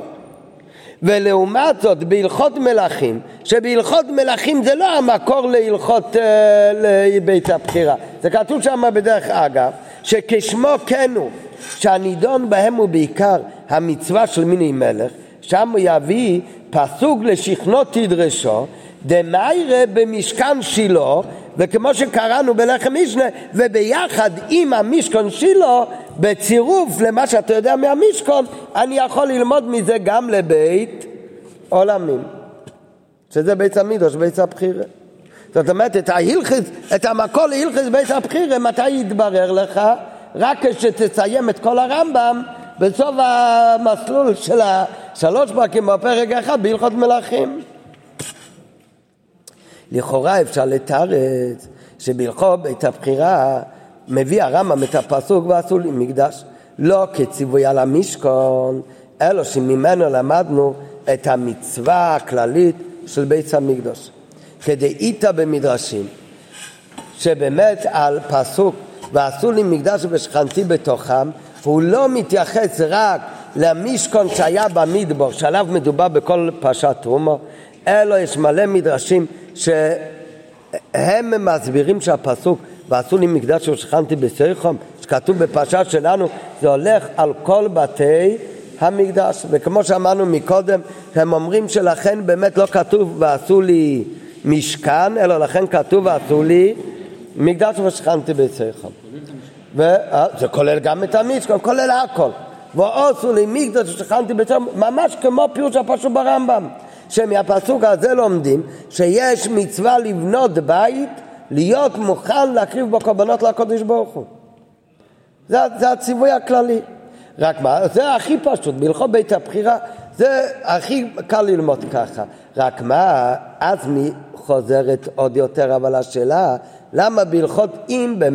S1: ולעומת זאת בהלכות מלכים, שבהלכות מלכים זה לא המקור להלכות לבית הבחירה, זה כתוב שם בדרך אגב שכשמו כן הוא, שהנידון בהם הוא בעיקר המצווה של מינוי מלך, שם הוא יביא פסוק לשכנו תדרשו דמיירה במשכן שילה, וכמו שקראנו בלחם משנה, וביחד עם המשכון שילה בצירוף למה שאתה יודע מהמשכון, אני יכול ללמוד מזה גם לבית עולמים, שזה בית המקדש, בית הבחירה. זאת אומרת, את ההלכות, את המקור להלכות בית הבחירה, מתי יתברר לך? רק כשתסיים את כל הרמב"ם בסוף המסלול של השלוש פרקים בפרק אחד בהלכות מלכים. לכאורה אפשר לתרץ שבהלכות בית הבחירה מביא הרמב"ם את הפסוק ועשו לי מקדש לא כציווי על המשכון, אלא שממנו למדנו את המצווה הכללית של בית המקדש. כדאיתא במדרשים שבאמת על פסוק ועשו לי מקדש ושכנתי בתוכם, הוא לא מתייחס רק למשכון שהיה במדבר שעליו מדובר בכל פרשת תרומה, אלא יש מלא מדרשים שהם מסבירים שהפסוק ועשו לי מקדש ושכנתי ביציכם שכתוב בפרשה שלנו זה הולך על כל בתי המקדש. וכמו שאמרנו מקודם, הם אומרים שלכן באמת לא כתוב ועשו לי משכן, אלא לכן כתוב ועשו לי מקדש ושכנתי ביציכם, וזה כולל גם את המשכן, כולל הכל. ועשו לי מקדש ושכנתי ביציכם, ממש כמו פירוש הפסוק ברמב"ם, שמהפסוק הזה לומדים שיש מצווה לבנות בית, להיות מוכן להקריב בו קורבנות לקדוש ברוך הוא. זה, זה הציווי הכללי. רק מה, זה הכי פשוט, בהלכות בית הבחירה זה הכי קל ללמוד ככה. רק מה, אז מי חוזרת עוד יותר, אבל השאלה, למה בהלכות, אם באמת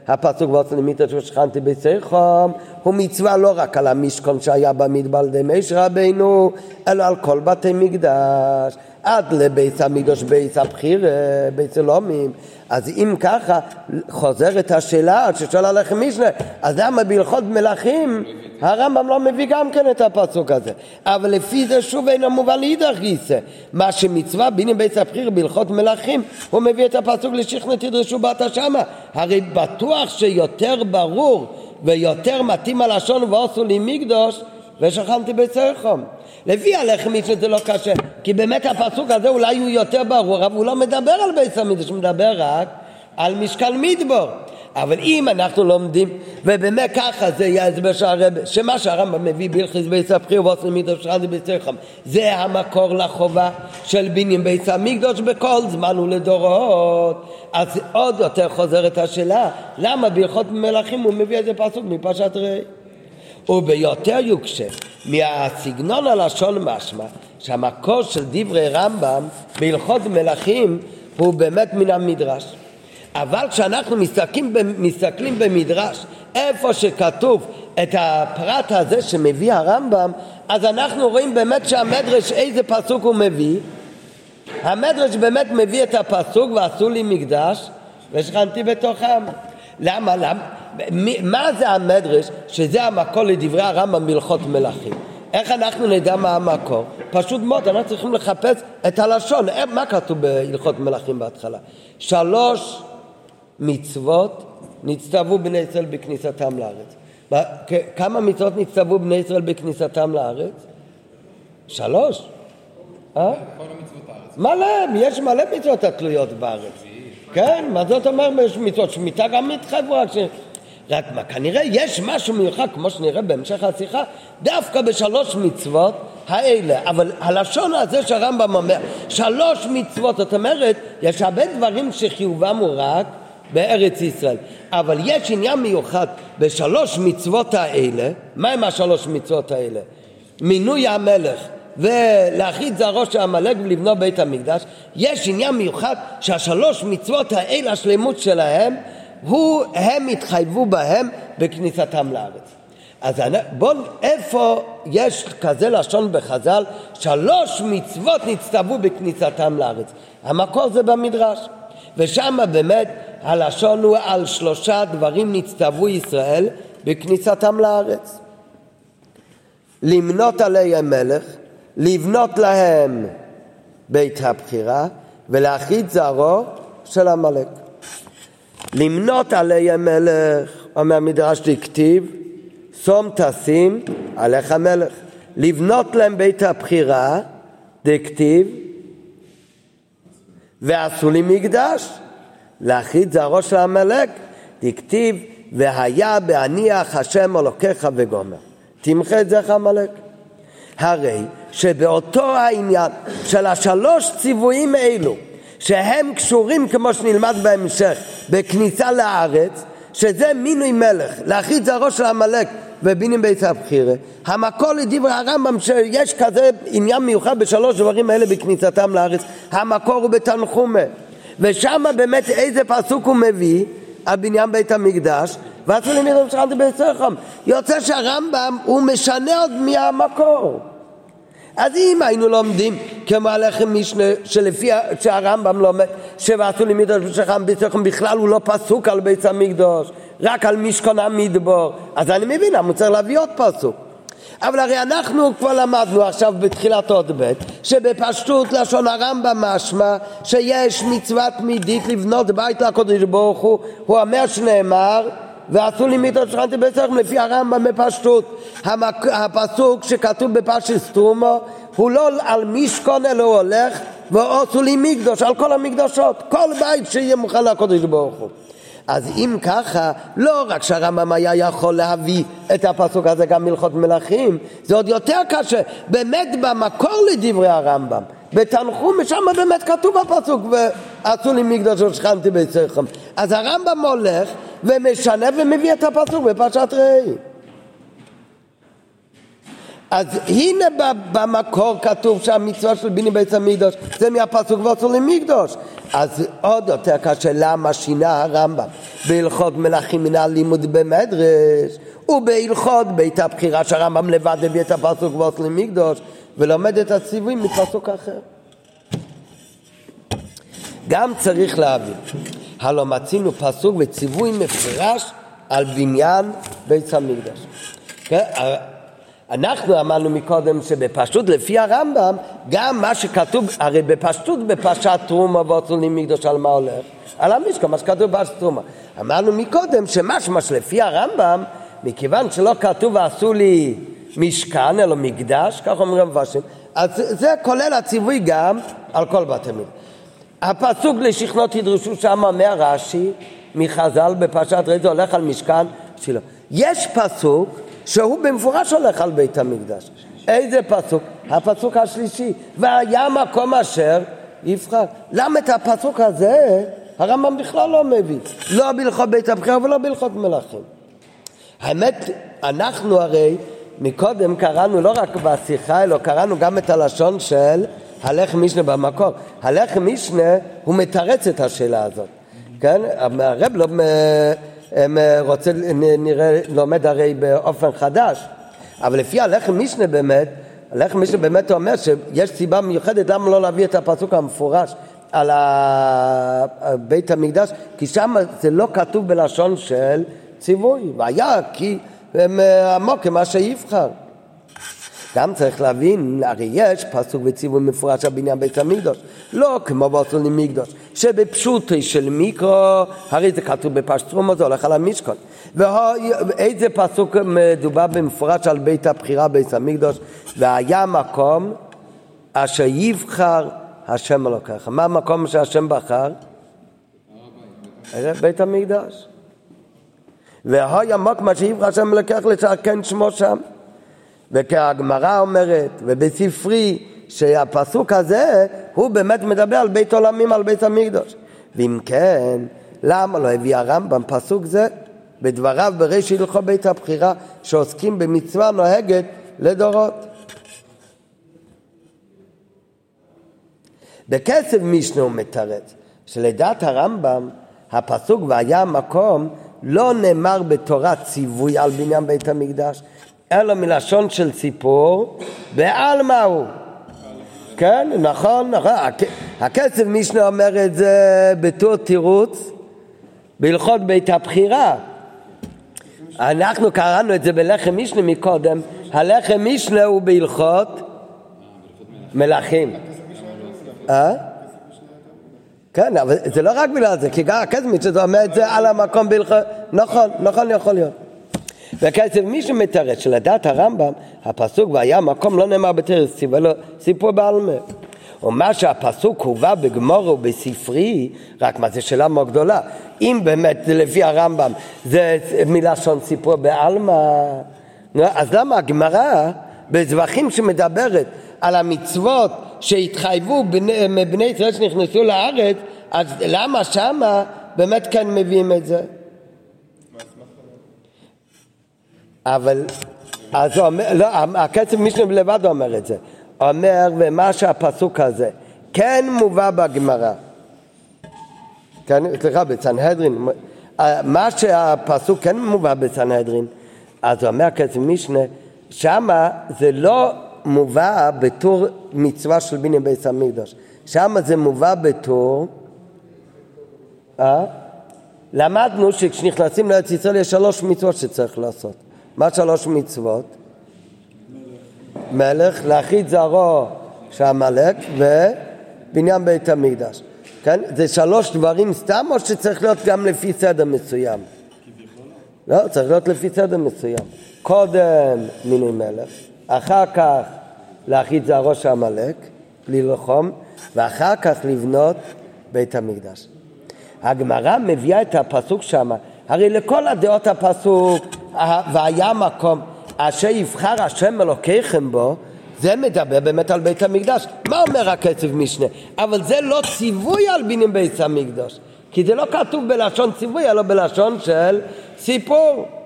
S1: הפסוק ועשו לי מקדש ושכנתי ביציכם הוא מצווה לא רק על המשכן שהיה במדבר על ידי משה רבינו, אלא על כל בתי מקדש עד לבית המקדש, בית הבחיר, בית אלומים. אז אם ככה חוזרת השאלה ששאלה לכם משנה, אז למה בהלכות מלכים הרמב"ם לא מביא גם כן את הפסוק הזה? אבל לפי זה שוב אינו מובן לאידך גיסא, מה שמצווה בינים בית הבחיר בהלכות מלכים, הוא מביא את הפסוק לשכנע תדרשו באת שמה. הרי בטוח שיותר ברור ויותר מתאים הלשון ועשו לי מקדש ושכנתי ביציכם. לפי הלכם משנה זה לא קשה, כי באמת הפסוק הזה אולי הוא יותר ברור, אבל הוא לא מדבר על בית המקדש, הוא מדבר רק על משכן מדבר. אבל אם אנחנו לומדים, ובאמת ככה זה יהיה הסבר שהרב, שמה שהרמב"ם מביא בהלכות בית הבחיר ועשו לי מקדש ושכנתי ביציכם, זה המקור לחובה של בניין בית המקדש בכל זמן ולדורות. אז עוד יותר חוזרת השאלה, למה בהלכות מלכים הוא מביא איזה פסוק מפרשת ראה? וביותר יוקשה מהסגנון הלשון משמע שהמקור של דברי רמב"ם בהלכות מלכים הוא באמת מן המדרש. אבל כשאנחנו מסתכלים, מסתכלים במדרש איפה שכתוב את הפרט הזה שמביא הרמב"ם, אז אנחנו רואים באמת שהמדרש איזה פסוק הוא מביא. המדרש באמת מביא את הפסוק ועשו לי מקדש ושכנתי בתוכם. למה? למה? מה זה המדרש שזה המקור לדברי הרמב"ם בהלכות מלכים? איך אנחנו נדע מה המקור? פשוט מאוד, אנחנו צריכים לחפש את הלשון. מה כתוב בהלכות מלכים בהתחלה? שלוש מצוות נצטוו בני ישראל בכניסתם לארץ. כמה מצוות נצטוו בני ישראל בכניסתם לארץ? שלוש? אה? מלא, יש מלא מצוות התלויות בארץ. כן, מה זאת אומרת? יש מצוות שמיטה גם מתחייבו רק ש... רק מה, כנראה יש משהו מיוחד, כמו שנראה בהמשך השיחה, דווקא בשלוש מצוות האלה. אבל הלשון הזה שהרמב"ם אומר, שלוש מצוות, זאת אומרת, יש הרבה דברים שחיובם הוא רק בארץ ישראל. אבל יש עניין מיוחד בשלוש מצוות האלה. מה הם השלוש מצוות האלה? מינוי המלך ולהכריז זרעו של עמלק ולבנות בית המקדש. יש עניין מיוחד שהשלוש מצוות האלה, השלמות שלהם, הוא, הם התחייבו בהם בכניסתם לארץ. אז בואו, איפה יש כזה לשון בחז"ל, שלוש מצוות נצטוו בכניסתם לארץ? המקור זה במדרש, ושם באמת הלשון הוא על שלושה דברים נצטוו ישראל בכניסתם לארץ. למנות עליהם מלך, לבנות להם בית הבחירה, ולהכריז זרעו של עמלק. למנות עליהם מלך, אומר המדרש דכתיב, שום תשים עליך מלך. לבנות להם בית הבחירה, דכתיב, ועשו לי מקדש. להכריז זרעו של עמלק, דכתיב, והיה בהניח השם אלוקיך וגומר. תמחה את זכר עמלק. הרי שבאותו העניין של השלוש ציוויים אלו, שהם קשורים כמו שנלמד בהמשך בכניסה לארץ, שזה מינוי מלך, להכריז זרעו של עמלק ובניין בית הבחירה, המקור לדברי הרמב"ם שיש כזה עניין מיוחד בשלוש דברים האלה בכניסתם לארץ, המקור הוא בתנחומה. ושם באמת איזה פסוק הוא מביא? הבניין בית המקדש, ועשו לי מקדש ושכנתי ביציכם. יוצא שהרמב"ם הוא משנה עוד מהמקור. אז אם היינו לומדים כמו הלכם משנה שלפי שהרמב"ם לומד שעשו לי מקדש ושכנתי ביציכם בכלל הוא לא פסוק על בית המקדש, רק על משכן המדבר, אז אני מבין, אני צריך להביא עוד פסוק. אבל הרי אנחנו כבר למדנו עכשיו בתחילת עוד בית שבפשטות לשון הרמב"ם משמע שיש מצווה תמידית לבנות בית לקדוש ברוך הוא. הוא אומר שנאמר ועשו לי מקדש ושכנתי ביציכם לפי הרמב"ם בפשטות. המק... הפסוק שכתוב בפרשת תרומה הוא לא על משכן אלא הוא הולך ועשו לי מקדש על כל המקדשות, כל בית שיהיה מוכן לקדוש ברוך הוא. אז אם ככה, לא רק שהרמב"ם היה יכול להביא את הפסוק הזה גם מלכות מלכים, זה עוד יותר קשה. באמת במקור לדברי הרמב"ם, בתנחום, שם באמת כתוב הפסוק ועשו לי מקדש ושכנתי ביציכם. אז הרמב"ם הולך ומשנה ומביא את הפסוק בפרשת ראה. אז הנה במקור כתוב שהמצווה של בניין בית המקדש זה מהפסוק ועשו לי מקדש, אז עוד יותר קשה, למה שינה הרמב"ם בהלכות מלכים מן הלימוד במדרש ובהלכות בית הבחירה שהרמב"ם לבד הביא את הפסוק ועושים מקדוש ולומד את הציוויים מפסוק אחר. גם צריך להבין, הלא מצינו פסוק וציווי מפורש על בניין בית המקדש. אנחנו אמרנו מקודם שבפשטות לפי הרמב"ם גם מה שכתוב, הרי בפשטות בפרשת תרומה ועושים מקדוש על מה הולך? על המשכן, מה שכתוב בפרשת תרומה. אמרנו מקודם שמשמע שלפי הרמב"ם, מכיוון שלא כתוב ועשו לי משכן אלא מקדש, כך אומרים מפרשים, אז זה כולל הציווי גם על כל בתי מקדש. הפסוק לשכנות ידרשו שם אומר רש"י מחז"ל בפרשת ראה הולך על משכן שילה. יש פסוק שהוא במפורש הולך על בית המקדש. איזה פסוק? הפסוק השלישי. והיה מקום אשר יבחר. למה את הפסוק הזה הרמב"ם בכלל לא מביא? לא בהלכות בית הבחירה ולא בהלכות מלכים. האמת, אנחנו הרי מקודם קראנו לא רק בשיחה, אלא קראנו גם את הלשון של הלך משנה במקור. הלך משנה הוא מתרץ את השאלה הזאת. כן? הרב לא רוצה, נראה, לומד הרי באופן חדש. אבל לפי הלך משנה באמת, הלך משנה באמת אומר שיש סיבה מיוחדת למה לא להביא את הפסוק המפורש על בית המקדש, כי שם זה לא כתוב בלשון של ציווי. והיה כי עמוק כמה שיבחר. גם צריך להבין, הרי יש פסוק וציווי מפורש על בניין בית המקדש, לא כמו ועושים מקדש, שבפשוטי של מיקרו, הרי זה כתוב בפרשת תרומה, זה הולך על המשכן. ואיזה פסוק מדובר במפורש על בית הבחירה בית המקדש, והיה מקום אשר יבחר השם אלוקיך. מה המקום שהשם בחר? בית המקדש. והיה מקום אשר יבחר השם אלוקיך לשכן שמו שם. וכהגמרא אומרת, ובספרי, שהפסוק הזה, הוא באמת מדבר על בית עולמים, על בית המקדש. ואם כן, למה לא הביא הרמב"ם פסוק זה? בדבריו בריש הלכות בית הבחירה, שעוסקים במצווה נוהגת לדורות. בכסף משנה הוא מתרץ, שלדעת הרמב"ם, הפסוק והיה מקום, לא נאמר בתורה ציווי על בניין בית המקדש, אלא מלשון של סיפור, ועל מהו? כן, נכון, נכון. הכסף משנה אומר את זה בתור תירוץ, בהלכות בית הבחירה. אנחנו קראנו את זה בלחם משנה מקודם, הלחם משנה הוא בהלכות מלכים. אה? כן, אבל זה לא רק בגלל זה, כי גם הכסף משנה זה אומר את זה על המקום בהלכות, נכון, נכון יכול להיות. וכסף מי שמתרץ שלדעת הרמב"ם הפסוק והיה מקום לא נאמר בתרץ אלא סיפור בעלמא, ומה שהפסוק הובא בגמרא ובספרי, רק מה זה שאלה מאוד גדולה, אם באמת לפי הרמב"ם זה מלשון סיפור בעלמא, אז למה הגמרא בזבחים שמדברת על המצוות שהתחייבו בני, בני ישראל שנכנסו לארץ, אז למה שמה באמת כן מביאים את זה? אבל אז הוא אומר, לא, הכסף משנה לבד אומר את זה, אומר ומה שהפסוק הזה כן מובא בגמרא, כן, סליחה, בסנהדרין, מה שהפסוק כן מובא בסנהדרין, אז הוא אומר הכסף משנה, שמה זה לא מובא בתור מצווה של בניין בית המקדש, שמה זה מובא בתור, אה? למדנו שכשנכנסים לארץ ישראל יש שלוש מצוות שצריך לעשות. מה שלוש מצוות? מלך, להכית זרעו שעמלק ובניין בית המקדש. כן? זה שלוש דברים סתם או שצריך להיות גם לפי סדר מסוים? לא, צריך להיות לפי סדר מסוים. קודם מינוי מלך, אחר כך להכית זרעו שעמלק, בלי לחום, ואחר כך לבנות בית המקדש. הגמרא מביאה את הפסוק שמה, הרי לכל הדעות הפסוק והיה מקום אשר יבחר השם אלוקיכם בו, זה מדבר באמת על בית המקדש. מה אומר הכסף משנה? אבל זה לא ציווי על בניין בית המקדש, כי זה לא כתוב בלשון ציווי אלא בלשון של סיפור.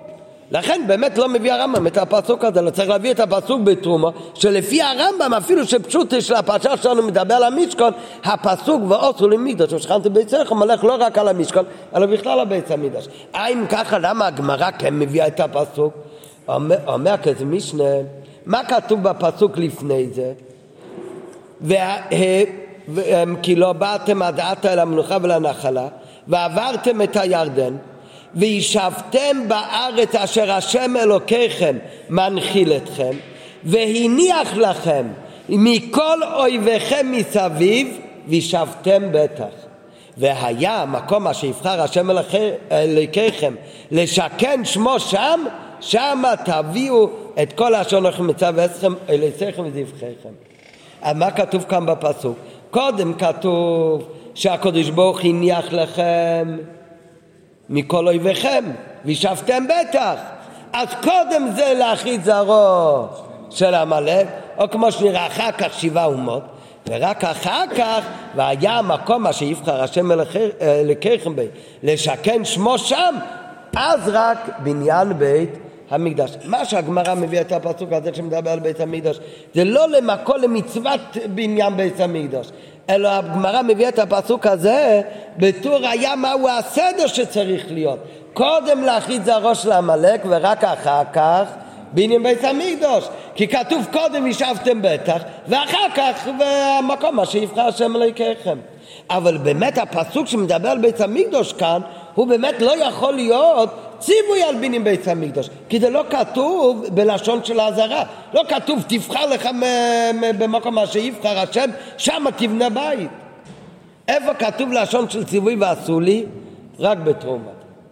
S1: לכן באמת לא מביא הרמב"ם את הפסוק הזה, לא צריך להביא את הפסוק בתרומה, שלפי הרמב"ם אפילו שפשוט של הפרשה שלנו מדבר על המשכן, הפסוק ועשו למקדש ושכנתי בית המקדש הולך לא רק על המשכן, אלא בכלל על בית המקדש. האם ככה למה הגמרא כן מביאה את הפסוק? אומר, אומר כזה משנה, מה כתוב בפסוק לפני זה? וה, כי לא באתם עד עתה אל המנוחה ולנחלה ועברתם את הירדן וישבתם בארץ אשר השם אלוקיכם מנחיל אתכם והניח לכם מכל אויביכם מסביב וישבתם בטח והיה מקום אשר יבחר השם אלוקיכם לשכן שמו שם שם תביאו את כל אשר אנוכי מצווה אתכם אליכם וזבחיכם. אז מה כתוב כאן בפסוק? קודם כתוב שהקדוש ברוך הניח לכם מכל אויביכם וישבתם בטח, אז קודם זה להכריז זרעו של עמלק, או כמו שנראה אחר כך שבעה אומות, ורק אחר כך והיה המקום אשר יבחר השם אלוקיכם לשכן שמו שם, אז רק בניין בית המקדש. מה שהגמרא מביאה את הפסוק הזה שמדבר על בית המקדש זה לא למקום למצוות בניין בית המקדש, אלא הגמרא מביאה את הפסוק הזה בתור היה מהו הסדר שצריך להיות, קודם להכריז זרעו של עמלק ורק אחר כך בניין בית המקדש, כי כתוב קודם ישבתם בטח ואחר כך והמקום מה שיבחר השם אלוקיכם. אבל באמת הפסוק שמדבר על בית המקדש כאן הוא באמת לא יכול להיות ציווי על בניין בית המקדש, כי זה לא כתוב בלשון של האזהרה, לא כתוב תבחר לך במקום מה שיבחר השם שם תבנה בית. איפה כתוב לשון של ציווי ועשו לי? רק בתרומה.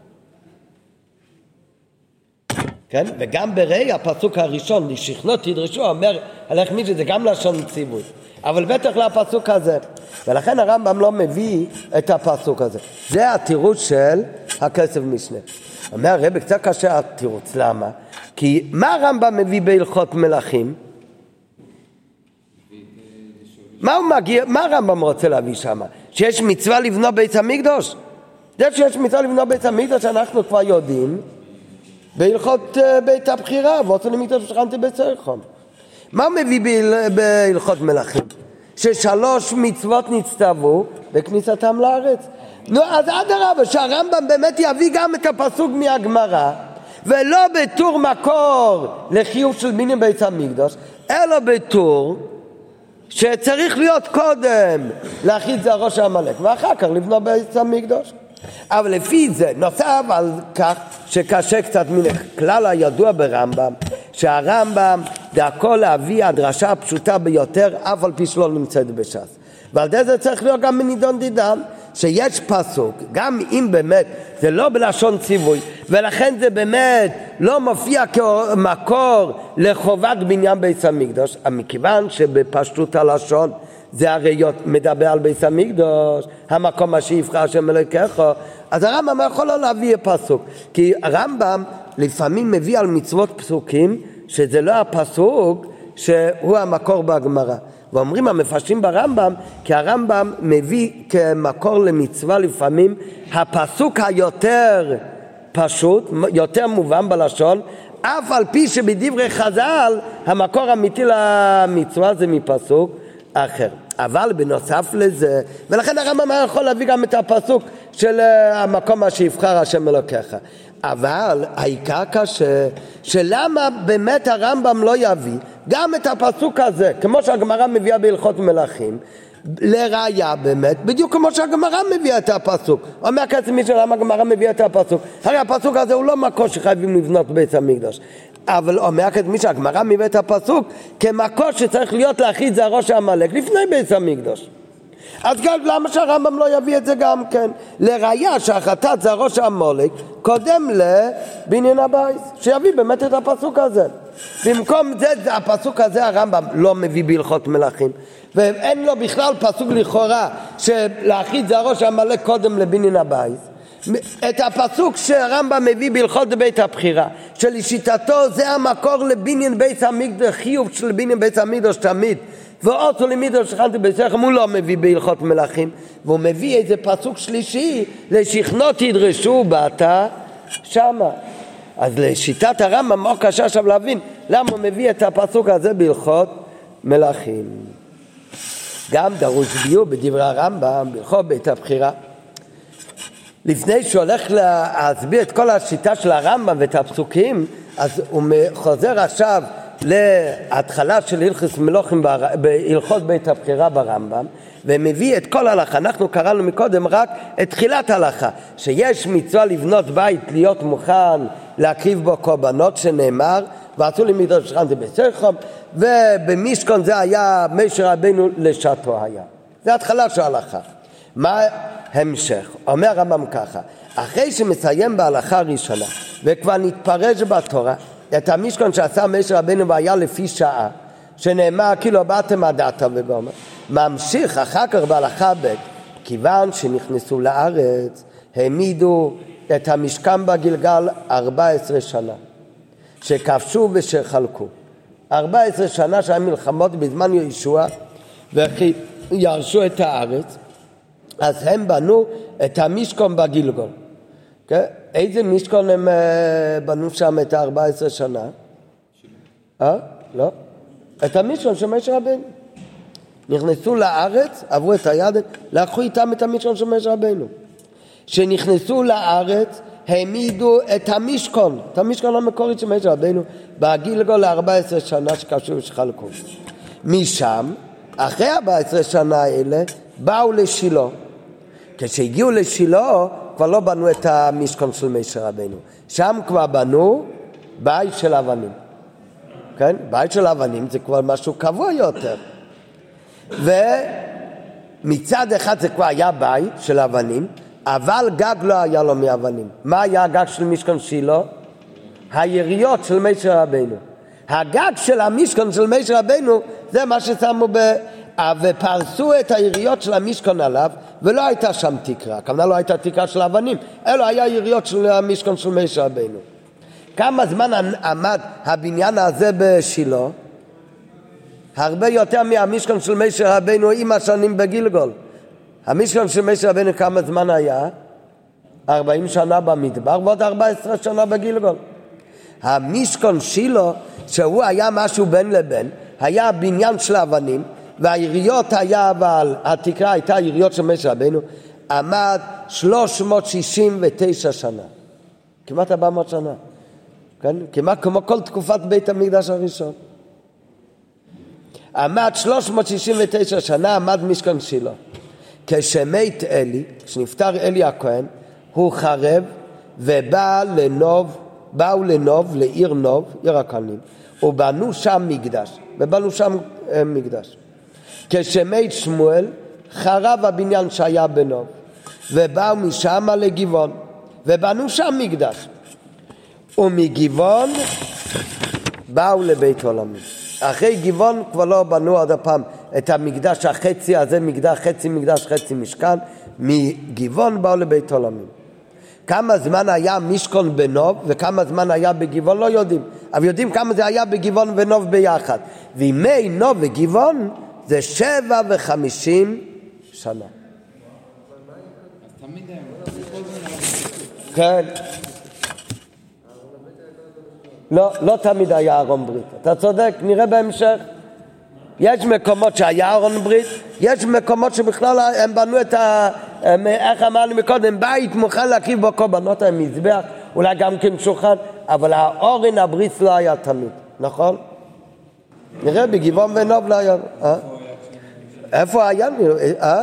S1: כן? וגם בראי הפסוק הראשון לשכנות תדרשו אומר הלך מישהו זה גם לשון ציווי, אבל בטח לפסוק הזה, ולכן הרמב"ם לא מביא את הפסוק הזה. זה התירוץ של הכסף משנה. אומר הרב קצת קשה התירוץ, למה? כי מה הרמב"ם מביא בהלכות מלכים? מה הוא מגיע, מה הרמב"ם רוצה להביא שם? שיש מצווה לבנות בית המקדש? זה שיש מצווה לבנות בית המקדש אנחנו כבר יודעים בהלכות בית הבחירה, ועשו למקדש ושכנתי בצריכם. מה הוא מביא בהלכות מלכים? ששלוש מצוות נצטוו בכניסתם לארץ. נו, אז אדרבה, שהרמב"ם באמת יביא גם את הפסוק מהגמרא, ולא בתור מקור לחיוב של בניין בית המקדש, אלא בתור שצריך להיות קודם להכריז זרעו של עמלק, ואחר כך לבנות בית המקדש. אבל לפי זה נוסף על כך שקשה קצת מן הכלל הידוע ברמב"ם, שהרמב"ם דרכו להביא הדרשה הפשוטה ביותר אף על פי שלא נמצאת בש"ס, ועל זה צריך להיות גם מנידון דידן, שיש פסוק גם אם באמת זה לא בלשון ציווי ולכן זה באמת לא מופיע כמקור לחובת בניין בית המקדש, מכיוון שבפשטות הלשון זה הרי מדבר על בית המקדש, המקום מה שיבחר השם אלוקיך, אז הרמב"ם יכול לא להביא פסוק, כי הרמב"ם לפעמים מביא על מצוות פסוקים שזה לא הפסוק שהוא המקור בהגמרא, ואומרים המפרשים ברמב"ם כי הרמב"ם מביא כמקור למצווה לפעמים הפסוק היותר פשוט, יותר מובן בלשון, אף על פי שבדברי חז"ל המקור האמיתי למצווה זה מפסוק אחר. אבל בנוסף לזה, ולכן הרמב"ם יכול להביא גם את הפסוק של המקום מה שיבחר השם אלוקיך, אבל העיקר קשה שלמה באמת הרמב"ם לא יביא גם את הפסוק הזה כמו שהגמרא מביאה בהלכות מלכים לראיה באמת בדיוק כמו שהגמרא מביאה את הפסוק. אומר כסף מי שלמה הגמרא מביאה את הפסוק, הרי הפסוק הזה הוא לא מקור שחייבים לבנות בית המקדש, אבל אומר כסף מי שהגמרא מביאה את הפסוק כמקור שצריך להיות להכריז זרעו של עמלק לפני בית המקדש. אז גם למה שהרמב"ם לא יביא את זה גם כן לראיה שהחטאת זרעו של עמלק קודם לבניין הבית, שיביא באמת את הפסוק הזה. במקום זה הפסוק הזה הרמב"ם לא מביא בהלכות מלכים, ואין לו בכלל פסוק לכאורה שלהכריז זרעו של עמלק קודם לבניין הבית. את הפסוק שהרמב"ם מביא בהלכות בית הבחירה שלשיטתו זה המקור לבניין בית המקדש, חיוב של בניין בית המקדש תמיד, ועשו למקדש ושכנתי בצריכם, הוא לא מביא בהלכות מלכים, והוא מביא איזה פסוק שלישי לשכנות תדרשו באת שמה. אז לשיטת הרמב"ם מאוד קשה עכשיו להבין למה הוא מביא את הפסוק הזה בהלכות מלכים. גם דרוש ביור בדברי הרמב"ם בהלכות בית הבחירה. לפני שהוא הולך להסביר את כל השיטה של הרמב"ם ואת הפסוקים, אז הוא חוזר עכשיו להתחלה של הלכות מלכים בהלכות בית הבחירה ברמב"ם, ומביא את כל ההלכה. אנחנו קראנו מקודם רק את תחילת ההלכה, שיש מצווה לבנות בית, להיות מוכן להקריב בו קורבנות, שנאמר ועשו לי מקדש ושכנתי בסכם, ובמשכן זה היה משה רבנו לשעתו היה. זה התחלה של ההלכה. מה המשך? אומר הרמב"ם ככה, אחרי שמסיים בהלכה הראשונה וכבר נתפרש בתורה את המשכן שעשה משה רבנו והיה לפי שעה, שנאמר כאילו באתם עדתה וגומר, ממשיך אחר כך בהלכה ב', כיוון שנכנסו לארץ העמידו את המשכן בגלגל ארבע עשרה שנה, שכבשו ושחלקו. ארבע עשרה שנה שהיה מלחמות בזמן יהושע וירשו את הארץ, אז הם בנו את המשכן בגלגל. Okay? איזה משכן הם בנו שם את ארבע עשרה שנה? אה? לא. את המשכן של משה רבנו. נכנסו לארץ, עברו את הירדן, לקחו איתם את המשכן של משה רבנו. שנכנסו לארץ, העמידו את המשכן, את המשכן המקורי של משה רבנו, בגלגל ל-ארבע עשרה שנה שכבשו ושחלקו. משם, אחרי ארבע עשרה שנה האלה, באו לשילה. כשהגיעו לשילה, כבר לא בנו את המשכן של משה רבנו. שם כבר בנו בית של אבנים. כן? בית של אבנים זה כבר משהו קבוע יותר. ומצד אחד זה כבר היה בית של אבנים, אבל גג לא היה לו מאבנים. מה היה הגג של משכן שילה? היריות של משה רבנו. הגג של המשכן של משה רבנו זה מה ששמו ב... ופרסו את היריות של המשכן עליו, ולא הייתה שם תקרה, כמובן לא הייתה תקרה של אבנים, אלא היה יריות של המשכן של משה רבנו. כמה זמן עמד הבניין הזה בשילה? הרבה יותר מהמשכן של משה רבנו עם השנים בגילגול. המשכן של משה רבנו כמה זמן היה? ארבעים שנה במדבר ועוד ארבע עשרה שנה בגילגול. המשכן שילה, שהוא היה משהו בין לבין, היה בניין של אבנים, והעיריות היה, אבל התקרה הייתה העיריות של משה רבנו, עמד שלוש מאות שישים ותשע שנה. כמעט ארבע מאות שנה. כן? כמעט כמו כל תקופת בית המקדש הראשון. עמד שלוש מאות שישים ותשע שנה, עמד משכן שילה. כשמת אלי, כשנפטר אלי הכהן, הוא חרב ובא לנוב, באו לנוב, לעיר נוב, עיר הכהנים, ובנו שם מקדש, ובנו שם אה, מקדש. כשמת שמואל, חרב הבניין שהיה בנוב, ובאו משם לגבעון, ובנו שם מקדש. ומגבעון באו לבית עולמי. אחרי גבעון כבר לא בנו עוד הפעם את המקדש החצי הזה, מקדש, חצי מקדש, חצי משכן. מגבעון באו לבית עולמי. כמה זמן היה משכן בנוב וכמה זמן היה בגבעון לא יודעים, אבל יודעים כמה זה היה בגבעון ונוב ביחד. וימי נוב וגבעון זה שבע וחמישים שנה. כן. לא, לא תמיד היה ארון ברית. אתה צודק, נראה בהמשך. יש מקומות שהיה ארון ברית, יש מקומות שבכלל הם בנו את ה... איך אמרנו מקודם, בית מוכן להקריב בו קורבנות, הם מזבח, אולי גם כן שולחן, אבל האורן הברית לא היה תמיד, נכון? נראה בגבעון ונוב לא היה. איפה היה? אה?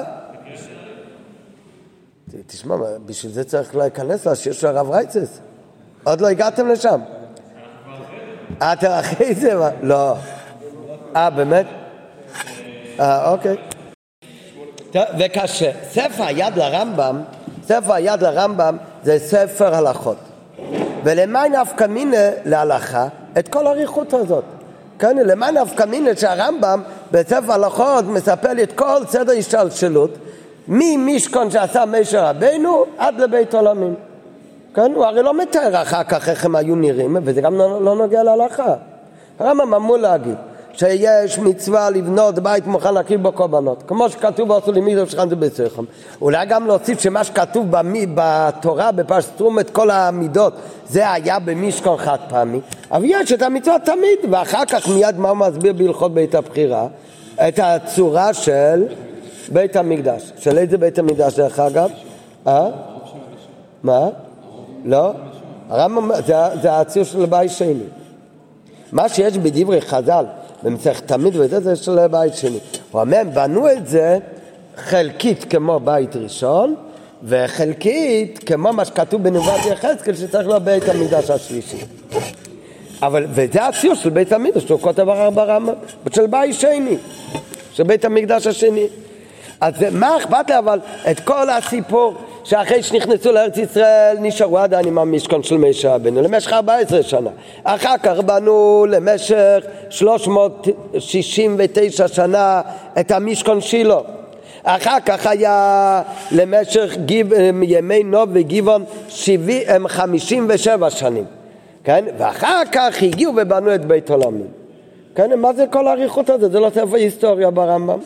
S1: תשמע, בשביל זה צריך להיכנס לשיר של הרב רייצס. עוד לא הגעתם לשם? אתה אחרי זה? לא. אה, באמת? אה, אוקיי. וקשה. ספר היד לרמב"ם, ספר היד לרמב"ם זה ספר הלכות. ולמה נפקא מינה להלכה את כל האריכות הזאת? כן, למה נפקא מינה שהרמב"ם בספר הלכות מספר לי את כל סדר השתלשלות, ממשכן שעשה משה רבנו עד לבית עולמים. כן, הוא הרי לא מתאר אחר כך איך הם היו נראים, וזה גם לא, לא נוגע להלכה. הרמב"ם אמור להגיד שיש מצווה לבנות בית מוכן להקריב בו קורבנות, כמו שכתוב ועשו לי מקדש ושכנתי בצריכם. אולי גם להוסיף שמה שכתוב בתורה בפרשת תרומה, כל המידות, זה היה במשכן חד פעמי, אבל יש את המצווה תמיד, ואחר כך מיד מה הוא מסביר בהלכות בית הבחירה? את הצורה של בית המקדש. של איזה בית המקדש דרך אגב? אה? מה? לא? הרמב"ם, זה, זה הציור של בית שני. מה שיש בדברי חז"ל, במסכת תמיד וזה, זה של בית שני. הוא אומר, בנו את זה חלקית כמו בית ראשון, וחלקית כמו מה שכתוב בנבואת יחזקאל, שצריך להיות בית המקדש השלישי. אבל, וזה הציור של בית המקדש, שהוא כותב ברמב"ם, של בית שני, של בית המקדש השני. אז מה אכפת לי אבל את כל הסיפור שאחרי שנכנסו לארץ ישראל נשארו עדיין עם המשכן של משה רבנו למשך ארבע עשרה שנה, אחר כך בנו למשך שלוש מאות שישים ותשע שנה את המשכן שילה, אחר כך היה למשך גיב, ימי נוב וגבעון חמישים ושבע שנים, כן? ואחר כך הגיעו ובנו את בית עולמים. כן? מה זה כל האריכות הזה? זה לא ספר היסטוריה ברמב"ם.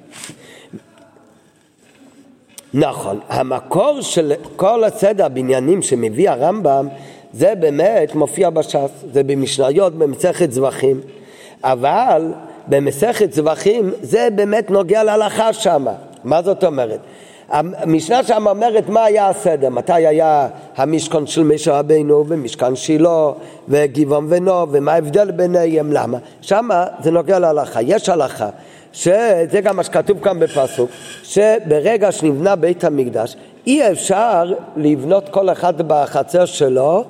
S1: נכון, המקור של כל הסדר הבניינים שמביא הרמב"ם זה באמת מופיע בש"ס, זה במשניות, במסכת זבחים, אבל במסכת זבחים זה באמת נוגע להלכה שם. מה זאת אומרת? המשנה שם אומרת מה היה הסדר, מתי היה המשכן של משה רבנו ומשכן שילה וגבעון ונוב, ומה ההבדל ביניהם, למה? שם זה נוגע להלכה. יש הלכה שזה גם מה שכתוב כאן בפסוק, שברגע שנבנה בית המקדש אי אפשר לבנות כל אחד בחצר שלו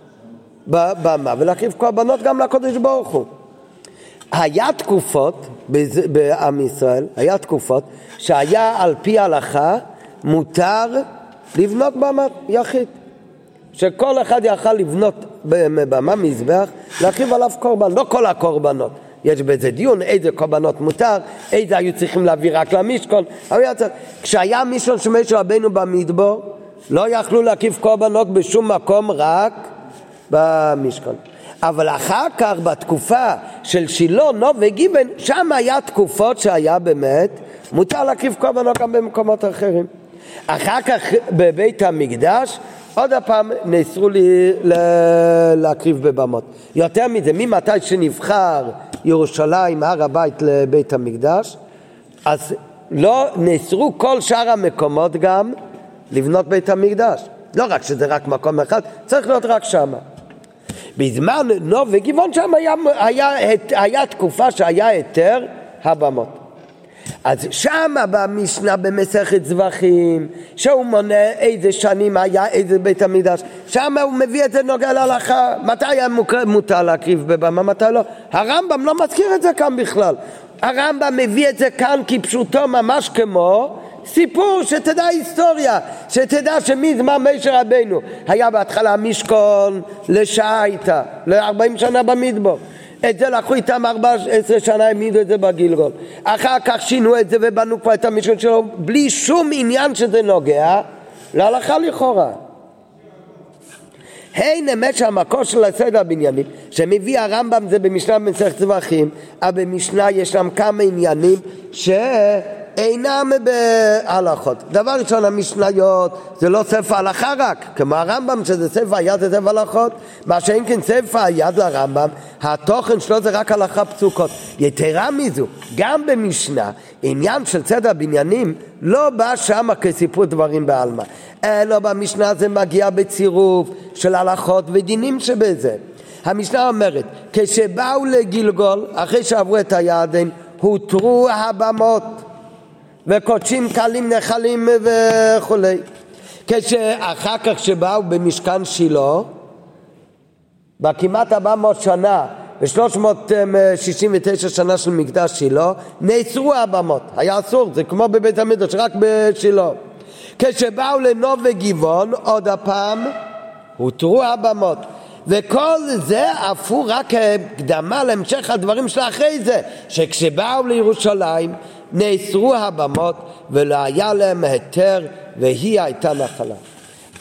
S1: במה ולהקריב קורבנות גם לקדוש ברוך הוא. היה תקופות בעם ישראל, היה תקופות שהיה על פי ההלכה מותר לבנות במה יחיד, שכל אחד יכל לבנות במה מזבח להקריב עליו קורבן, לא כל הקורבנות, יש בזה דיון איזה קורבנות מותר, איזה היו צריכים להביא רק למשכן, אבל כשהיה משכן של משה רבנו במדבר לא יכלו להקריב קורבנות בשום מקום, רק במשכן. אבל אחר כך בתקופה של שילה, נוב וגבעון, שם היה תקופות שהיה באמת מותר להקריב קורבנות גם במקומות אחרים. אחר כך בבית המקדש עוד הפעם נאסרו לי להקריב בבמות. יותר מזה, ממתי שנבחר ירושלים, הר הבית לבית המקדש, אז לא נאסרו כל שאר המקומות גם לבנות בית המקדש. לא רק שזה רק מקום אחד, צריך להיות רק שמה. בזמן נוב וגבעון שם היה, היה, היה תקופה שהיה היתר הבמות. אז שם במשנה במסכת זבחים, שהוא מונה איזה שנים היה איזה בית המקדש, שם הוא מביא את זה נוגע להלכה, מתי היה מותר להקריב בבמה, מתי לא. הרמב"ם לא מזכיר את זה כאן בכלל. הרמב"ם מביא את זה כאן כפשוטו, ממש כמו סיפור שתדע היסטוריה, שתדע שמזמן משה רבנו היה בהתחלה משכן לשעה איתה, ל-ארבעים שנה במדבר. את זה לקחו איתם ארבע עשרה שנה, העמידו את זה בגילגול. אחר כך שינו את זה ובנו כבר את המשכן שלו, בלי שום עניין שזה נוגע להלכה לכאורה. הנה אמת שהמקור של הסדר הבניינים שמביא הרמב"ם זה במשנה במסכת זבחים, אבל במשנה ישנם כמה עניינים שאינם בהלכות. דבר ראשון, המשניות זה לא ספר הלכה רק, כמו הרמב"ם שזה ספר היד זה ספר הלכות, מה שאין כן ספר היד לרמב"ם, התוכן שלו זה רק הלכה פסוקות. יתרה מזו, גם במשנה עניין של סדר הבניינים לא בא שם כסיפור דברים בעלמא, אלא במשנה זה מגיע בצירוף של הלכות ודינים שבזה. המשנה אומרת, כשבאו לגילגול, אחרי שעברו את היעדים, הותרו הבמות וקודשים קלים נחלים וכו'. כשאחר כך שבאו במשכן שילה, בכמעט ארבע מאות שנה, ב-שלוש מאות שישים ותשע שנה של מקדש שילה, נאסרו הבמות. היה אסור, זה כמו בבית המקדש, רק בשילה. כשבאו לנוב וגבעון, עוד הפעם, הותרו הבמות. וכל זה הפכו רק הקדמה להמשך הדברים של אחרי זה, שכשבאו לירושלים, נאסרו הבמות ולא היה להם היתר והיא הייתה נחלה.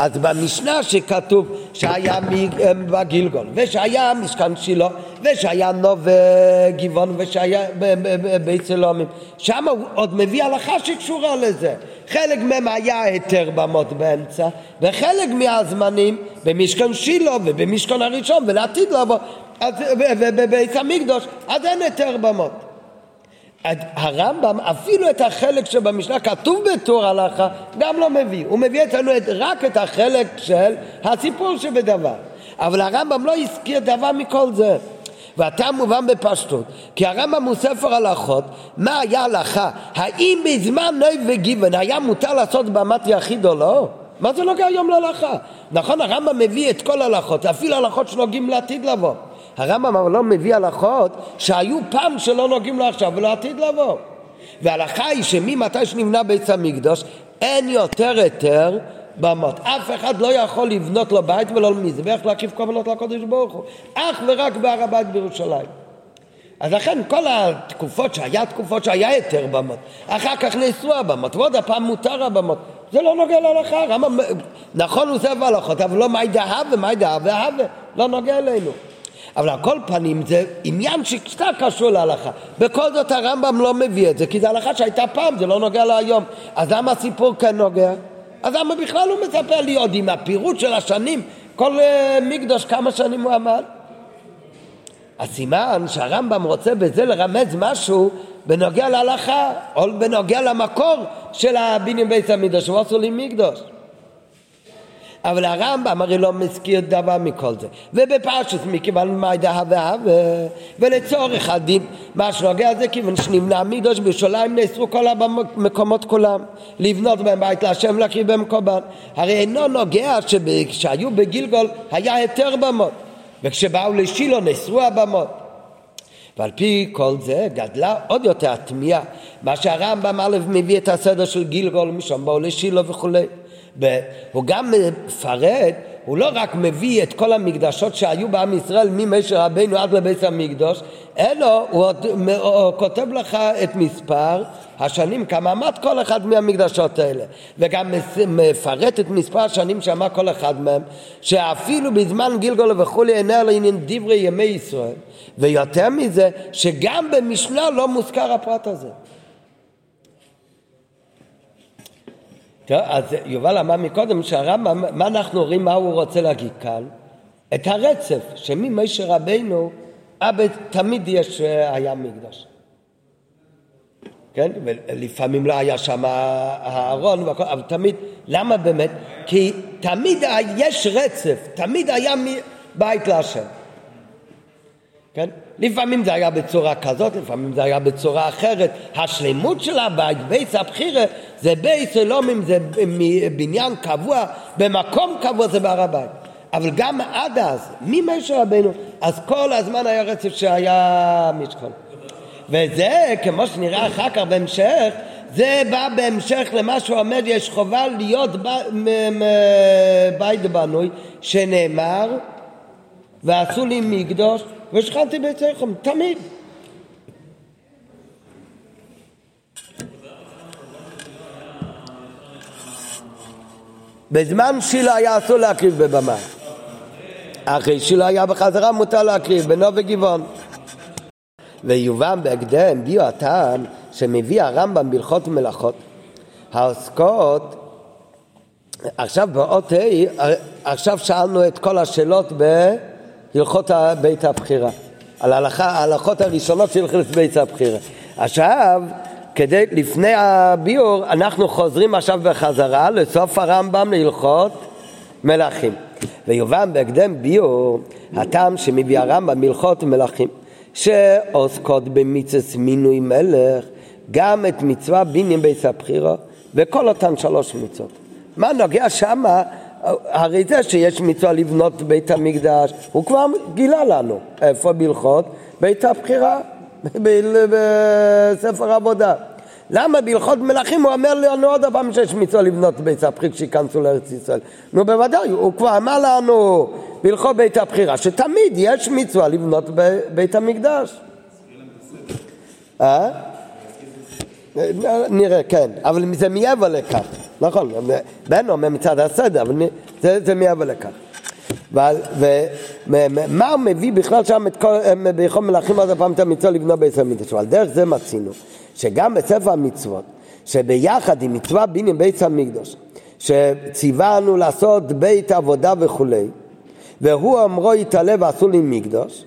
S1: אז במשנה שכתוב שהיה בגילגול, ושהיה משכן שילה, ושהיה נוב גבעון, ושהיה בית סלומים, שם הוא עוד מביא הלכה שקשורה לזה. חלק מהם היה היתר במות באמצע, וחלק מהזמנים במשכן שילה ובמשכן הראשון ולעתיד לבוא, ובבית המקדוש, אז אין היתר במות. הרמב"ם אפילו את החלק שבמשנה כתוב בתור הלכה גם לא מביא, הוא מביא אתנו רק את החלק של הסיפור שבדבר, אבל הרמב"ם לא הזכיר דבר מכל זה. ואתה מובן בפשטות, כי הרמב"ם הוא ספר הלכות. מה היה הלכה? האם בזמן נוי וגבעון היה מותר לעשות במת יחיד או לא? מה זה נוגע היום להלכה? נכון, הרמב"ם מביא את כל הלכות, אפילו הלכות שנוגעים לעתיד לבוא. הרמב"ם אבל לא מביא הלכות שהיו פעם שלא נוגעים לו עכשיו ולא עתיד לבוא. וההלכה היא שממתי שנבנה בית המקדוש אין יותר היתר במות. אף אחד לא יכול לבנות לו בית ולא מזבח להקריב קורבנות לקדוש ברוך הוא, אך ורק בהר הבית בירושלים. אז לכן כל התקופות שהיה תקופות שהיה היתר במות, אחר כך נאסרו הבמות ועוד הפעם מותר הבמות, זה לא נוגע להלכה. נכון הוא ספר הלכות, אבל לא מאי דהבה ומאי דהבה והווה, לא נוגע אלינו. אבל על כל פנים זה עניין שקצת קשור להלכה. בכל זאת הרמב"ם לא מביא את זה, כי זה הלכה שהייתה פעם, זה לא נוגע להיום. אז למה הסיפור כן נוגע? אז למה בכלל הוא מספר לי עוד עם הפירוט של השנים, כל uh, מקדוש כמה שנים הוא עמד? הסימן שהרמב"ם רוצה בזה לרמז משהו בנוגע להלכה, או בנוגע למקור של הבניין בית המקדוש, שהוא עשו לי מקדוש. אבל הרמב"ם הרי לא מזכיר דבר מכל זה. ובפרשת מכיוון מה דהה והווה, ולצורך הדין מה שנוגע זה כיוון שנבנה המקדוש בירושלים נאסרו כל המקומות כולם לבנות בהם בית להשם להקריב בהם קורבן. הרי אינו נוגע שהיו בגילגול היה היתר במות, וכשבאו לשילה נאסרו הבמות. ועל פי כל זה גדלה עוד יותר התמיהה, מה שהרמב"ם א' מביא את הסדר של גילגול משום באו לשילה וכולי. הוא גם מפרט, הוא לא רק מביא את כל המקדשות שהיו בעם ישראל ממשה רבינו עד לבית המקדוש, אלא הוא, הוא, הוא כותב לך את מספר השנים כמה עמד כל אחד מהמקדשות האלה, וגם מפרט את מספר השנים שעמד כל אחד מהם, שאפילו בזמן גילגול וכולי אינה לעניין דברי ימי ישראל. ויותר מזה שגם במשנה לא מוזכר הפרט הזה. אז יובל אמר מקודם שהרמב"ם, מה אנחנו רואים, מה הוא רוצה להגיד כאן? את הרצף שממשה רבינו עד תמיד יש היה מקדש, כן? ולפעמים לא היה שם הארון, אבל תמיד, למה באמת? כי תמיד יש רצף, תמיד היה בית להשם, כן? לפעמים זה היה בצורה כזאת, לפעמים זה היה בצורה אחרת. השלמות של הבית, בית הבחירה, זה בית סלומים, זה בניין קבוע, במקום קבוע זה בהר הבית. אבל גם עד אז, ממשה רבינו, אז כל הזמן היה רצף שהיה משכון. וזה, כמו שנראה אחר כך בהמשך, זה בא בהמשך למה שהוא אומר, יש חובה להיות בית בנוי, שנאמר, ועשו לי מקדוש, ושכנתי ביציכם, תמיד. בזמן שילה היה אסור להקריב בבמה. אחרי שילה היה בחזרה מותר להקריב, בנוב וגבעון. ויובן בהקדם ביו הטעם שמביא הרמב"ם בהלכות ומלאכות. העוסקות, עכשיו באות ה', עכשיו שאלנו את כל השאלות בהלכות בית הבחירה. על ההלכות הראשונות של הלכות בית הבחירה. עכשיו, כדי, לפני הביור, אנחנו חוזרים עכשיו בחזרה לסוף הרמב"ם להלכות מלאכים. ויובן בהקדם ביור הטעם שמביא הרמב"ם בהלכות מלאכים, שעוסקות במצוות מינוי מלך, גם את מצווה בניין בית הבחירה וכל אותן שלוש מצוות. מה נוגע שמה? הרי זה שיש מצווה לבנות בית המקדש, הוא כבר גילה לנו איפה בהלכות בית הבחירה בספר עבודה. למה בהלכות מלאכים הוא אומר לנו עוד פעם שיש מצווה לבנות בית הבחירה כשיכנסו לארץ ישראל? נו בוודאי, הוא כבר אמר לנו בהלכות בית הבחירה שתמיד יש מצווה לבנות בית המקדש. אה? נראה, כן, אבל זה מעבר לכך. נכון, בן אומר מצד הסדר, אבל זה, זה מעבר לכך. ומה הוא מביא בכלל שם את כל, ביכול מלאכים עוד הפעם את המצווה לבנות בית המקדש? אבל דרך זה מצינו, שגם בספר המצוות, שביחד עם מצווה בניין בית המקדש, שציוונו לעשות בית עבודה וכולי, והוא אמרו יתעלה ועשו לי מקדש,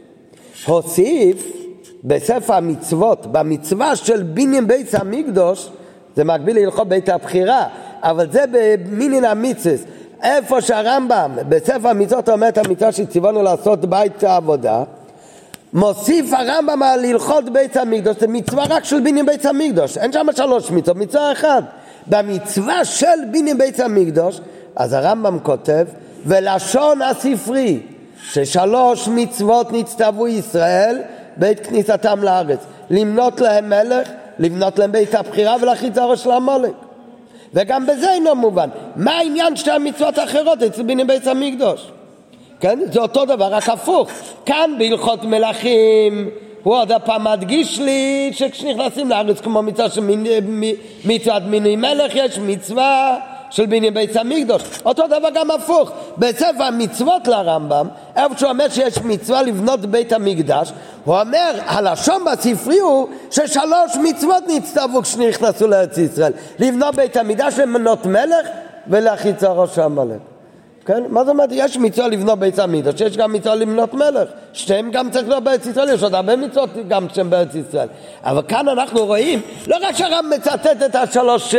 S1: הוסיף בספר המצוות, במצווה של בניין בית המקדש, זה מקביל להלכות בית הבחירה, אבל זה במינין המצווה, איפה שהרמב"ם בספר המצוות אומר את המצווה שציוונו לעשות בית העבודה, מוסיף הרמב"ם על הלכות בית המקדש, זה מצווה רק של בניין בית המקדש, אין שם שלוש מצוות, מצווה אחת. במצווה של בניין בית המקדש, אז הרמב"ם כותב, ולשון הספרי, ששלוש מצוות נצטוו ישראל בעת כניסתם לארץ, למנות להם מלך, לבנות להם בית הבחירה ולהכריז זרעו של עמלק. וגם בזה אינו מובן. מה העניין שתי המצוות האחרות אצל בניין בית המקדש? כן? זה אותו דבר, רק הפוך. כאן בהלכות מלכים, הוא עוד הפעם מדגיש לי שכשנכנסים לארץ כמו מצווה של מצוות מינוי מלך, יש מצווה של בניין בית המקדש. אותו דבר גם הפוך. בספר המצוות לרמב"ם, איפה שהוא אומר שיש מצווה לבנות בית המקדש, הוא אומר, הלשון בספרי הוא ששלוש מצוות נצטוו כשנכנסו לארץ ישראל. לבנות בית המקדש, למנות מלך ולהכריז זרעו של עמלק. כן? מה זאת אומרת? יש מצווה לבנות בית המקדש, יש גם מצווה לבנות מלך. שתיהם גם צריך להיות בארץ ישראל, יש עוד הרבה מצוות גם שהם בארץ ישראל. אבל כאן אנחנו רואים, לא רק שהרמב"ם מצטט את השלוש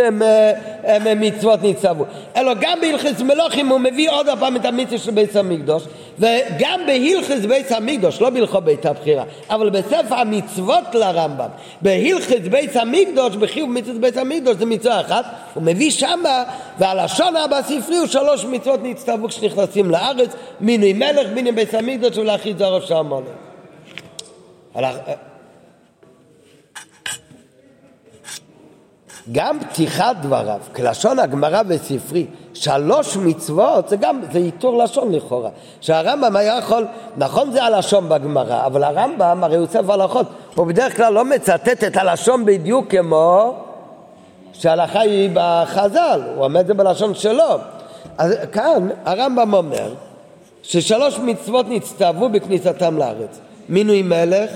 S1: מצוות נצטוו, אלא גם בהלכות מלכים הוא מביא עוד הפעם את המצווה של בית המקדש, וגם בהלכות בית המקדש, לא בהלכות בית הבחירה, אבל בספר המצוות לרמב"ם, בהלכות בית המקדש, בחיוב מצוות בית המקדש, זה מצווה אחת, הוא מביא שמה, והלשון הבא ספרי הוא שלוש מצוות נצטוו כשנכנסים לארץ, מינוי מלך, בניין בית המקדש ולהכריז זרעו של עמלק. גם פתיחת דבריו, כלשון הגמרא בספרי, שלוש מצוות, זה גם, זה איתור לשון לכאורה. שהרמב"ם היה יכול, נכון זה הלשון בגמרא, אבל הרמב"ם הרי הוא ספר הלכות, הוא בדרך כלל לא מצטט את הלשון בדיוק כמו שההלכה היא בחז"ל, הוא אומר את זה בלשון שלו. אז כאן הרמב"ם אומר ששלוש מצוות נצטוו בכניסתם לארץ, מינוי מלך,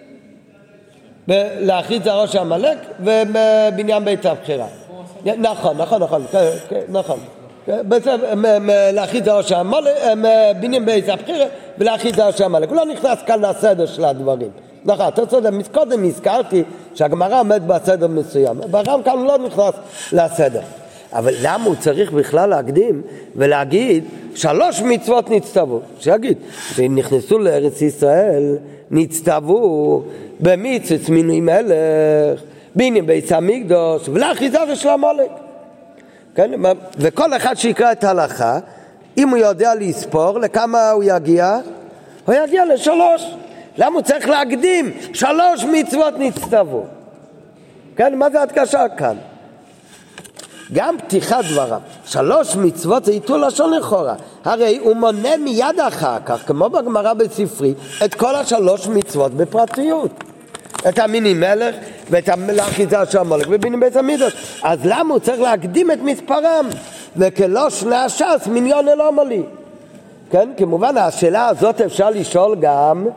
S1: להכריז זרעו של עמלק ובבניין בית הבחירה. נכון, נכון, נכון, נכון. להכריז זרעו של עמלק, בניין בית הבחירה ולהכריז זרעו של עמלק. הוא לא נכנס כאן לסדר של הדברים. נכון, אתה צודק, קודם הזכרתי שהגמרא עומד בסדר מסוים, והרמב"ם כאן לא נכנס לסדר. אבל למה הוא צריך בכלל להקדים ולהגיד שלוש מצוות נצטוו? שיגיד, שנכנסו לארץ ישראל נצטוו במצוות מינוי מלך, בניין בית המקדש ולהכריז זרעו של עמלק. כן? וכל אחד שיקרא את ההלכה, אם הוא יודע לספור, לכמה הוא יגיע? הוא יגיע לשלוש. למה הוא צריך להקדים? שלוש מצוות נצטוו. כן? מה זה הדגשה כאן? גם פתיחת דבריו, שלוש מצוות זה איתור לשון לכאורה, הרי הוא מונה מיד אחר כך, כמו בגמרא בספרי, את כל השלוש מצוות בפרטיות, את המינוי מלך ואת להכריז זרעו של עמלק ובניין בית המקדש. אז למה הוא צריך להקדים את מספרם? וכלא שני הש"ס מיליון אלא עמלי. כן, כמובן השאלה הזאת אפשר לשאול גם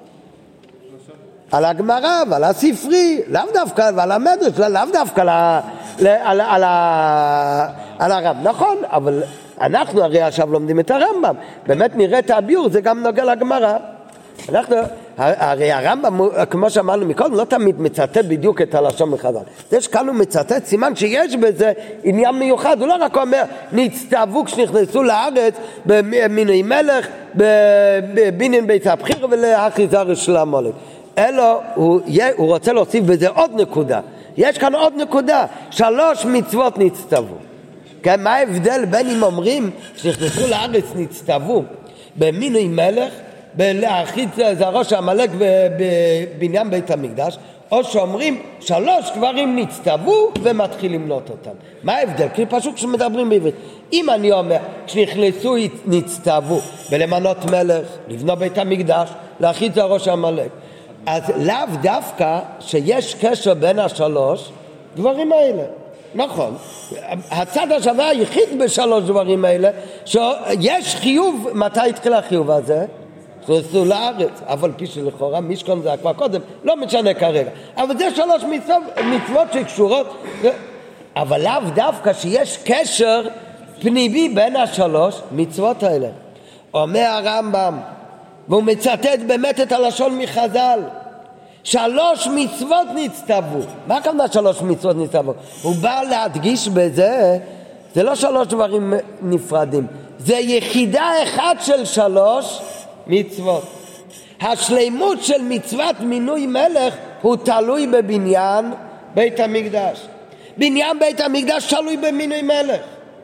S1: על הגמרא ועל הספרי, לאו דווקא, ועל המדרש, לאו דווקא על, על, על, על הרב. נכון, אבל אנחנו הרי עכשיו לומדים את הרמב"ם. באמת נראה את הביור, זה גם נוגע לגמרא. אנחנו, הרי הרמב"ם, כמו שאמרנו מקודם, לא תמיד מצטט בדיוק את הלשון מחז"ל. זה שכאן הוא מצטט סימן שיש בזה עניין מיוחד. הוא לא רק אומר, נצטוו כשנכנסו לארץ במינוי מלך, בבניין בית הבחירה ולהכריז זרעו של עמלק. אלא הוא, הוא רוצה להוסיף בזה עוד נקודה. יש כאן עוד נקודה, שלוש מצוות נצטוו. כן, מה ההבדל בין אם אומרים שנכנסו לארץ נצטוו במינוי מלך, בלהכריז זרעו של עמלק בבניין בית המקדש, או שאומרים שלוש דברים נצטוו ומתחילים למנות אותם. מה ההבדל? כי פשוט כשמדברים בעברית, אם אני אומר שנכנסו נצטוו בלמנות מלך, לבנות בית המקדש, להכריז זרעו של עמלק, אז לאו דווקא שיש קשר בין השלוש דברים האלה. נכון. הצד השווה היחיד בשלוש דברים האלה, שיש חיוב, מתי התחיל החיוב הזה? נכנסו לארץ, אבל פי שלכאורה משכון זה כבר קודם, לא משנה כרגע. אבל זה שלוש מצוות, מצוות שקשורות, אבל לאו דווקא שיש קשר פנימי בין השלוש מצוות האלה. אומר הרמב"ם, והוא מצטט באמת את הלשון מחז"ל, שלוש מצוות נצטוו. מה הכוונה שלוש מצוות נצטוו? הוא בא להדגיש בזה, זה לא שלוש דברים נפרדים, זה יחידה אחת של שלוש מצוות. השלימות של מצוות מינוי מלך הוא תלוי בבניין בית המקדש. בניין בית המקדש תלוי במינוי מלך.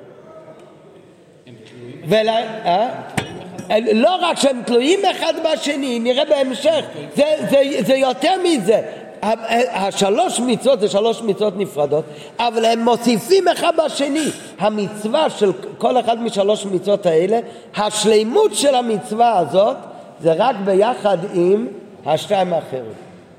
S1: ולה, אה? לא רק שהם תלויים אחד בשני, נראה בהמשך, זה, זה, זה יותר מזה. השלוש מצוות זה שלוש מצוות נפרדות, אבל הם מוסיפים אחד בשני. המצווה של כל אחד משלוש מצוות האלה, השלימות של המצווה הזאת זה רק ביחד עם השתיים האחרים.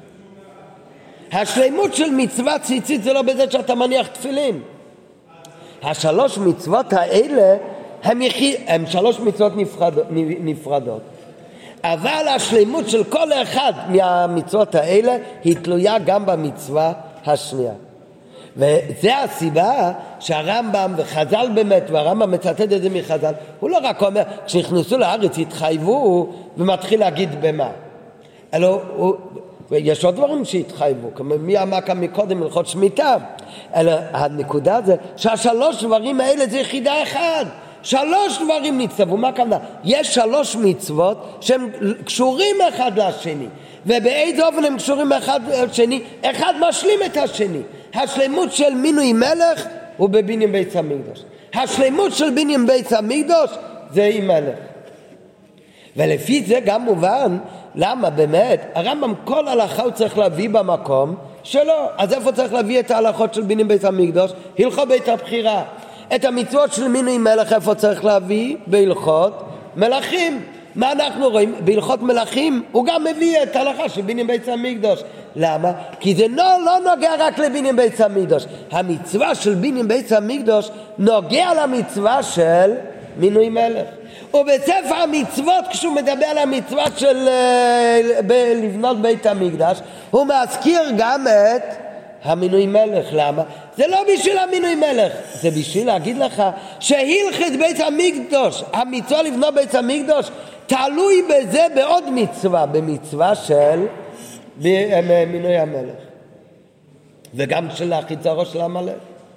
S1: השלימות של מצווה ציצית זה לא בזה שאתה מניח תפילין. השלוש מצוות האלה הם, יחי... הם שלוש מצוות נפרדות, נפרדות. אבל השלימות של כל אחד מהמצוות האלה היא תלויה גם במצווה השנייה. וזה הסיבה שהרמב"ם וחז"ל באמת, והרמב"ם מצטט את זה מחז"ל, הוא לא רק אומר, כשנכנסו לארץ התחייבו ומתחיל להגיד במה. אלא הוא, יש עוד דברים שהתחייבו, כמו מי אמר כאן מקודם הלכות שמיטה. אלא הנקודה זה שהשלוש דברים האלה זה יחידה אחת. שלוש דברים נצטוו. מה הכוונה? יש שלוש מצוות שהם קשורים אחד לשני, ובאיזה אופן הם קשורים אחד לשני? אחד משלים את השני. השלמות של מינוי מלך הוא בבניין בית המקדש, השלמות של בניין בית המקדש זה עם מלך. ולפי זה גם מובן למה באמת הרמב"ם כל הלכה הוא צריך להביא במקום שלו. אז איפה צריך להביא את ההלכות של בניין בית המקדש? הלכות בית הבחירה. את המצוות של מינוי מלך איפה צריך להביא? בהלכות מלכים. מה אנחנו רואים? בהלכות מלכים הוא גם מביא את ההלכה של בניין בית המקדש. למה? כי זה לא, לא נוגע רק לבניין בית המקדש. המצווה של בניין בית המקדש נוגע למצווה של מינוי מלך. ובספר המצוות כשהוא מדבר על המצווה של ב- לבנות בית המקדש הוא מזכיר גם את המינוי מלך. למה? זה לא בשביל המינוי מלך, זה בשביל להגיד לך שהלכת בית המקדש, המצווה לבנות בית המקדש תלוי בזה בעוד מצווה, במצווה של מינוי המלך וגם של החיצרו של המלך.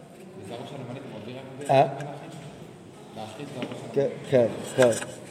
S1: אה? כן, כן, כן.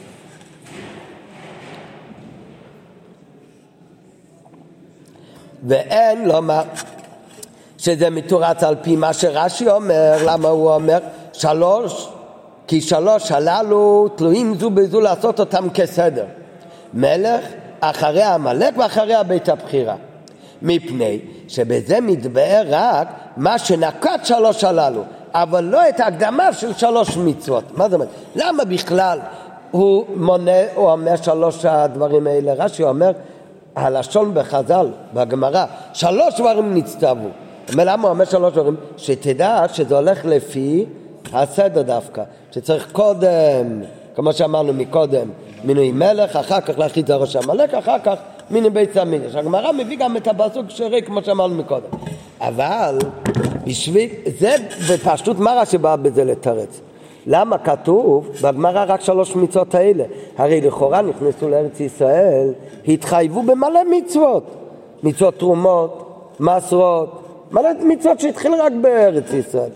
S1: ואין לומר שזה מתורץ על פי מה שרש"י אומר. למה הוא אומר שלוש? כי שלוש הללו תלויים זו בזו לעשות אותם כסדר. מלך אחרי המלך ואחרי בית הבחירה. מפני שבזה מתבאר רק מה שנקט שלוש הללו, אבל לא את ההקדמה של שלוש מצוות. מה זאת אומרת? למה בכלל הוא מונה, הוא אומר שלוש הדברים האלה? רש"י אומר, הלשון בחז"ל, בגמרא, שלוש דברים נצטוו. למה הוא אומר שלוש דברים? שתדע שזה הולך לפי הסדר דווקא. שצריך קודם, כמו שאמרנו מקודם, מינוי מלך, אחר כך להכריז על ראש המלך, אחר כך מינוי בית המקדש. הגמרא מביא גם את הפסוק שרי, כמו שאמרנו מקודם. אבל בשביל זה בפשטות מה רש"י בא בזה לתרץ? למה כתוב בגמרא רק שלוש מצוות האלה? הרי לכאורה נכנסו לארץ ישראל, התחייבו במלא מצוות, מצוות תרומות, מסרות, מלא מצוות שהתחיל רק בארץ ישראל.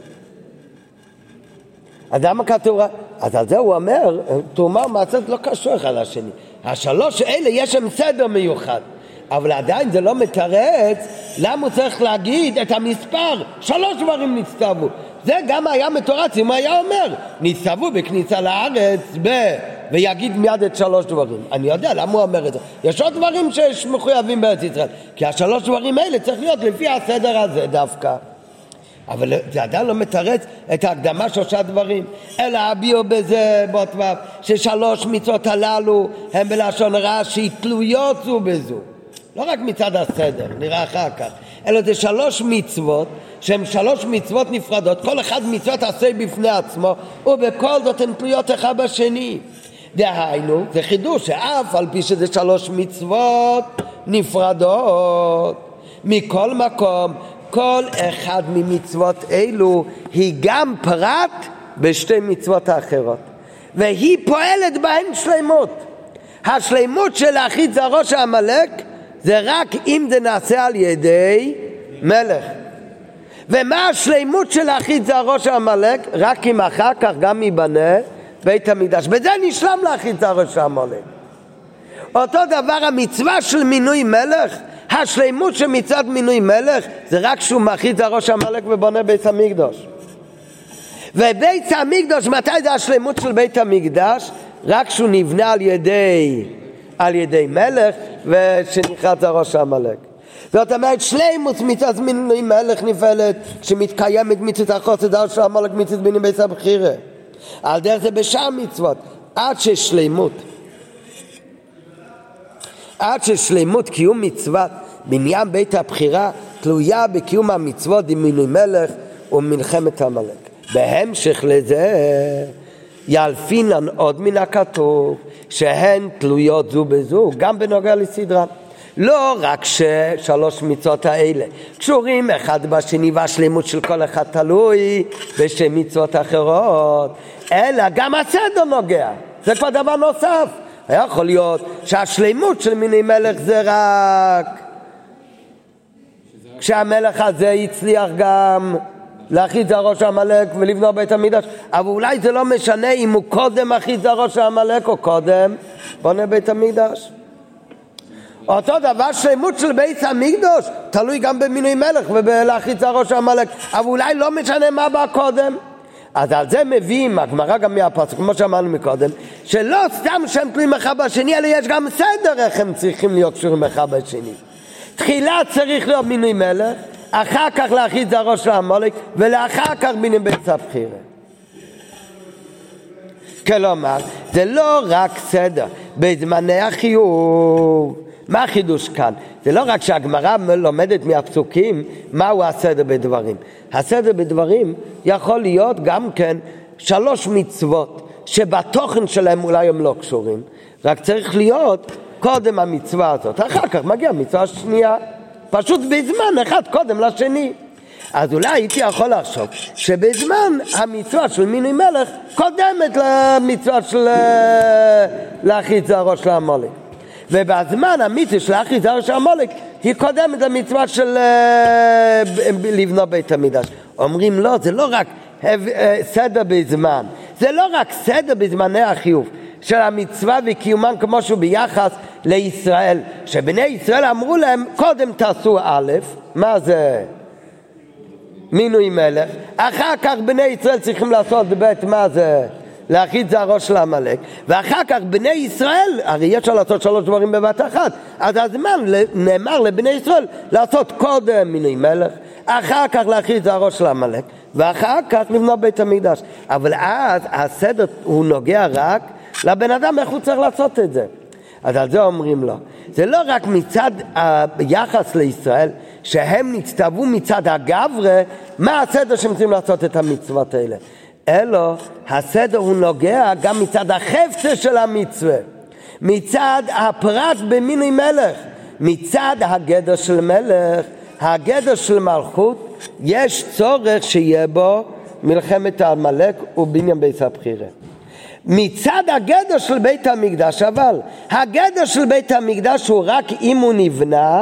S1: אז למה כתוב? אז על זה הוא אומר, תרומה ומעשרת לא קשור אחד לשני. השלוש האלה יש שם סדר מיוחד, אבל עדיין זה לא מתרץ למה הוא צריך להגיד את המספר שלוש דברים נצטוו. זה גם היה מתורץ אם היה אומר נצטוו בכניסה לארץ ב... ויגיד מיד את שלוש דברים. אני יודע למה הוא אומר את זה. יש עוד דברים שיש מחויבים בארץ ישראל, כי השלוש דברים האלה צריך להיות לפי הסדר הזה דווקא. אבל זה עדיין לא מתרץ את ההקדמה שלושה דברים, אלא הביאו בזה בוטבב ששלוש מצוות הללו הם בלשון רש"י תלויות זו בזו, לא רק מצד הסדר, נראה אחר כך, אלא זה שלוש מצוות שהן שלוש מצוות נפרדות, כל אחד מצוות עשה בפני עצמו, ובכל זאת הן תלויות אחד בשני. דהיינו, זה חידוש שאף על פי שזה שלוש מצוות נפרדות, מכל מקום כל אחד ממצוות אלו היא גם פרט בשתי מצוות האחרות, והיא פועלת בהן שלמות. השלמות של להכריז זרעו של עמלק זה רק אם זה נעשה על ידי מלך. ומה השלמות של להכריז זרעו של עמלק? רק אם אחר כך גם ייבנה בית המקדש. בזה נשלם להכריז זרעו של עמלק. אותו דבר המצווה של מינוי מלך, השלמות של מצוות מינוי מלך זה רק שהוא מכריז זרעו של עמלק ובונה בית המקדש. ובית המקדש, מתי זה השלמות של בית המקדש? רק שהוא נבנה על ידי על ידי מלך ושנכרת זרעו של עמלק. זאת אומרת שלמות מצוות מינוי מלך נפעלת שמתקיימת מצוות החוסר זרעו של עמלק מצוות בניין בית הבחירה. על דרך זה בשאר מצוות עד ששלמות עד ששלמות קיום מצוות בניין בית הבחירה תלויה בקיום המצוות במינוי מלך ומלחמת עמלק. בהמשך לזה ילפינן עוד מן הכתוב שהן תלויות זו בזו גם בנוגע לסדרה. לא רק ששלוש מצוות האלה קשורים אחד בשני והשלמות של כל אחד תלוי בשתי מצוות אחרות, אלא גם הסדר נוגע, זה כבר דבר נוסף. היה יכול להיות שהשלמות של מינוי מלך זה רק כשהמלך הזה הצליח גם להכריז זרעו של עמלק ולבנות בית המקדש, אבל אולי זה לא משנה אם הוא קודם מכריז זרעו של עמלק או קודם בונה בית המקדש. אותו דבר שלמות של בית המקדש תלוי גם במינוי מלך ובלהכריז זרעו של עמלק, אבל אולי לא משנה מה בא קודם. אז על זה מביאים הגמרא גם מהפסוק כמו שאמרנו מקודם, שלא סתם שהם תלויים אחד בשני, אלא יש גם סדר איך הם צריכים להיות קשורים אחד בשני. תחילה צריך להיות מינוי מלך, אחר כך להכריז זרעו של עמלק, ולאחר כך בניין בית הבחירה. כלומר, זה לא רק סדר בזמני החיוב. מה החידוש כאן? זה לא רק שהגמרא לומדת מהפסוקים מהו הסדר בדברים. הסדר בדברים יכול להיות גם כן שלוש מצוות שבתוכן שלהם אולי הם לא קשורים, רק צריך להיות קודם המצווה הזאת, אחר כך מגיע המצווה השנייה, פשוט בזמן אחד קודם לשני. אז אולי הייתי יכול לחשוב שבזמן המצווה של מינוי מלך קודמת למצווה של להכריז זרעו של עמלק, ובזמן המצווה של להכריז זרעו של עמלק היא קודמת למצווה של לבנות בית המקדש. אומרים לא, זה לא רק סדר בזמן, זה לא רק סדר בזמני החיוב של המצווה וקיומן כמו שהוא ביחס לישראל, שבני ישראל אמרו להם קודם תעשו א', מה זה? מינוי מלך, אחר כך בני ישראל צריכים לעשות בבית, מה זה? להכריז זרעו של עמלק, ואחר כך בני ישראל, הרי יש לעשות שלוש דברים בבת אחת, אז הזמן נאמר לבני ישראל לעשות קודם מינוי מלך, אחר כך להכריז זרעו של עמלק, ואחר כך לבנות בית המקדש. אבל אז הסדר הוא נוגע רק לבן אדם איך הוא צריך לעשות את זה. אז על זה אומרים לו, זה לא רק מצד היחס לישראל שהם נצטוו מצד הגברה מה הסדר שהם צריכים לעשות את המצוות האלה, אלא הסדר הוא נוגע גם מצד החפצה של המצווה, מצד הפרט במינוי מלך, מצד הגדר של מלך, הגדר של מלכות, יש צורך שיהיה בו מלחמת עמלק ובניין בית הבחירה. מצד הגדר של בית המקדש, אבל הגדר של בית המקדש הוא רק אם הוא נבנה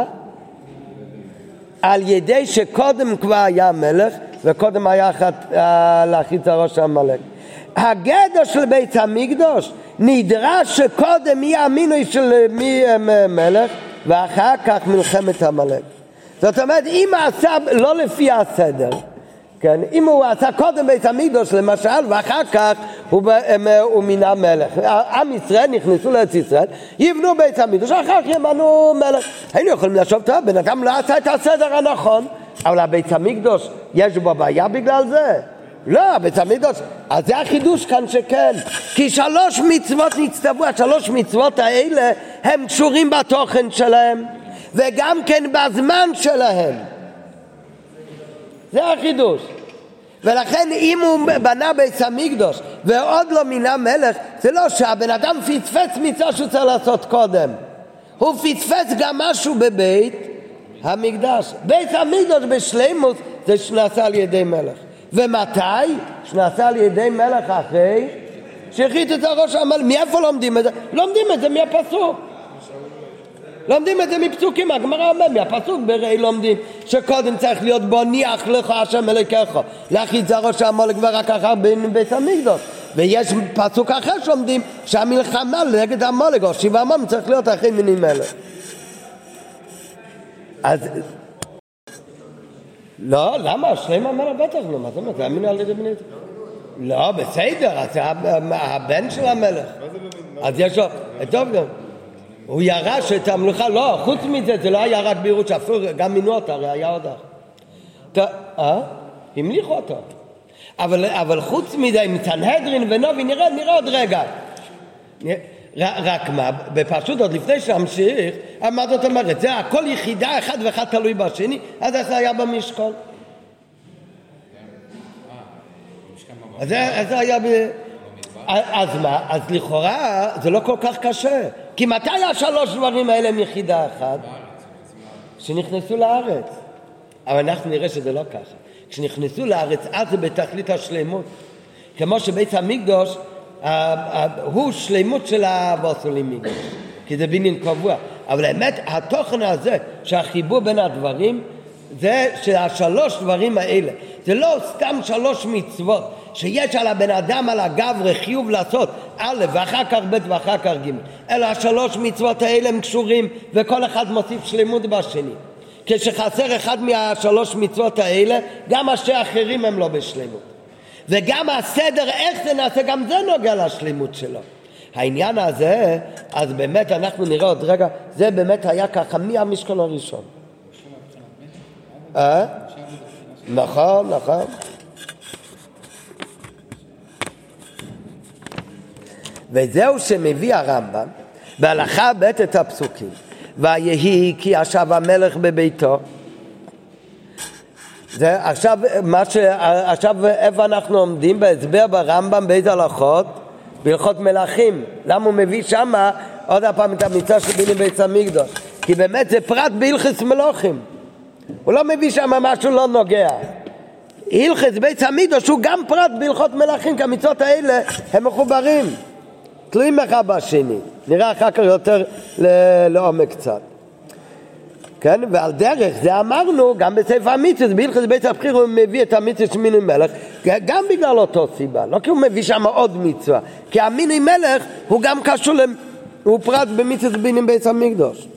S1: על ידי שקודם כבר היה מלך וקודם היה להכריז זרעו של עמלק. הגדר של בית המקדש נדרש שקודם יהיה המינוי של מי מלך ואחר כך מלחמת עמלק. זאת אומרת, אם עשה לא לפי הסדר, כן, אם הוא עשה קודם בית המקדש למשל ואחר כך הוא, הוא מינה מלך, עם ישראל נכנסו לארץ ישראל, יבנו בית המקדש, אחר כך ימנו מלך. היינו יכולים לחשוב טוב, בן אדם לא עשה את הסדר הנכון, אבל הבית המקדש יש בו בעיה בגלל זה? לא, בית המקדש, אז זה החידוש כאן שכן, כי שלוש מצוות נצטוו, השלוש מצוות האלה הם קשורים בתוכן שלהם וגם כן בזמן שלהם. זה החידוש. ולכן אם הוא בנה בית המקדוש ועוד לא מינה מלך, זה לא שהבן אדם פספס מצווה שהוא צריך לעשות קודם, הוא פספס גם משהו בבית המקדש. בית המקדוש בשלימות זה שנעשה על ידי מלך. ומתי? שנעשה על ידי מלך אחרי שהחליט את הראש המלך. מאיפה לומדים את זה? לומדים את זה מהפסוק. לומדים את זה מפסוקים. הגמרא אומר מהפסוק בראי לומדים שקודם צריך להיות בוניח לך השם אלוקיך, להחליט זה הראש המלך ורק אחר בית המקדוש. ויש פסוק אחר שלומדים שהמלחמה נגד המלך או שבעה עמים צריך להיות אחרי מיני מלך. אז לא, למה? שלמה המלך בטח לא, מה זאת אומרת? זה אמינו על ידי בני... לא, בסדר, אז זה הבן של המלך. אז יש לו, טוב גם, הוא ירש את המלוכה, לא, חוץ מזה, זה לא היה רק בירות שאפילו, גם מינו אותה, הרי היה עוד אח. אה? המליכו אותו. אבל, אבל חוץ מזה, עם סנהדרין ונובי, נראה, נראה עוד רגע. רק מה, בפשוט עוד לפני שהמשיך, מה זאת אומרת, זה הכל יחידה, אחד ואחד תלוי בשני, אז זה היה במשכון. אז זה היה ב... אז מה? אז לכאורה זה לא כל כך קשה. כי מתי השלוש דברים האלה הם יחידה אחת? שנכנסו לארץ. אבל אנחנו נראה שזה לא ככה. כשנכנסו לארץ, אז זה בתכלית השלמות. כמו שבית המקדוש, הוא שלמות של האבוסולים מקדוש. כי זה בניין קבוע. אבל האמת, התוכן הזה, שהחיבור בין הדברים, זה שהשלוש דברים האלה. זה לא סתם שלוש מצוות. שיש על הבן אדם על הגב חיוב לעשות א' ואחר כך ב' ואחר כך ג', אלא השלוש מצוות האלה הם קשורים וכל אחד מוסיף שלמות בשני. כשחסר אחד מהשלוש מצוות האלה, גם השתי האחרים הם לא בשלמות. וגם הסדר איך זה נעשה, גם זה נוגע לשלמות שלו. העניין הזה, אז באמת אנחנו נראה עוד רגע, זה באמת היה ככה מהמשכון הראשון. אה? נכון, נכון. וזהו שמביא הרמב"ם בהלכה ב' את הפסוקים, ויהי כי ישב המלך בביתו. זה עכשיו מה ש... עכשיו איפה אנחנו עומדים בהסבר ברמב"ם באיזה הלכות? בהלכות מלכים. למה הוא מביא שמה עוד הפעם את המצווה של בניין בית המקדוש? כי באמת זה פרט בהלכות מלכים. הוא לא מביא שמה משהו לא נוגע. הלכות בית המקדוש הוא גם פרט בהלכות מלכים, כי המצוות האלה הם מחוברים. תלויים אחד בשני. נראה אחר כך יותר לעומק קצת. כן? ועל דרך זה אמרנו גם בספר המצוות, בהלכות בית הבחיר הוא מביא את המצוות של מינוי מלך, גם בגלל אותו סיבה, לא כי הוא מביא שם עוד מצווה, כי המינוי מלך הוא גם קשור, הוא פרט במצוות בניין בית המקדוש.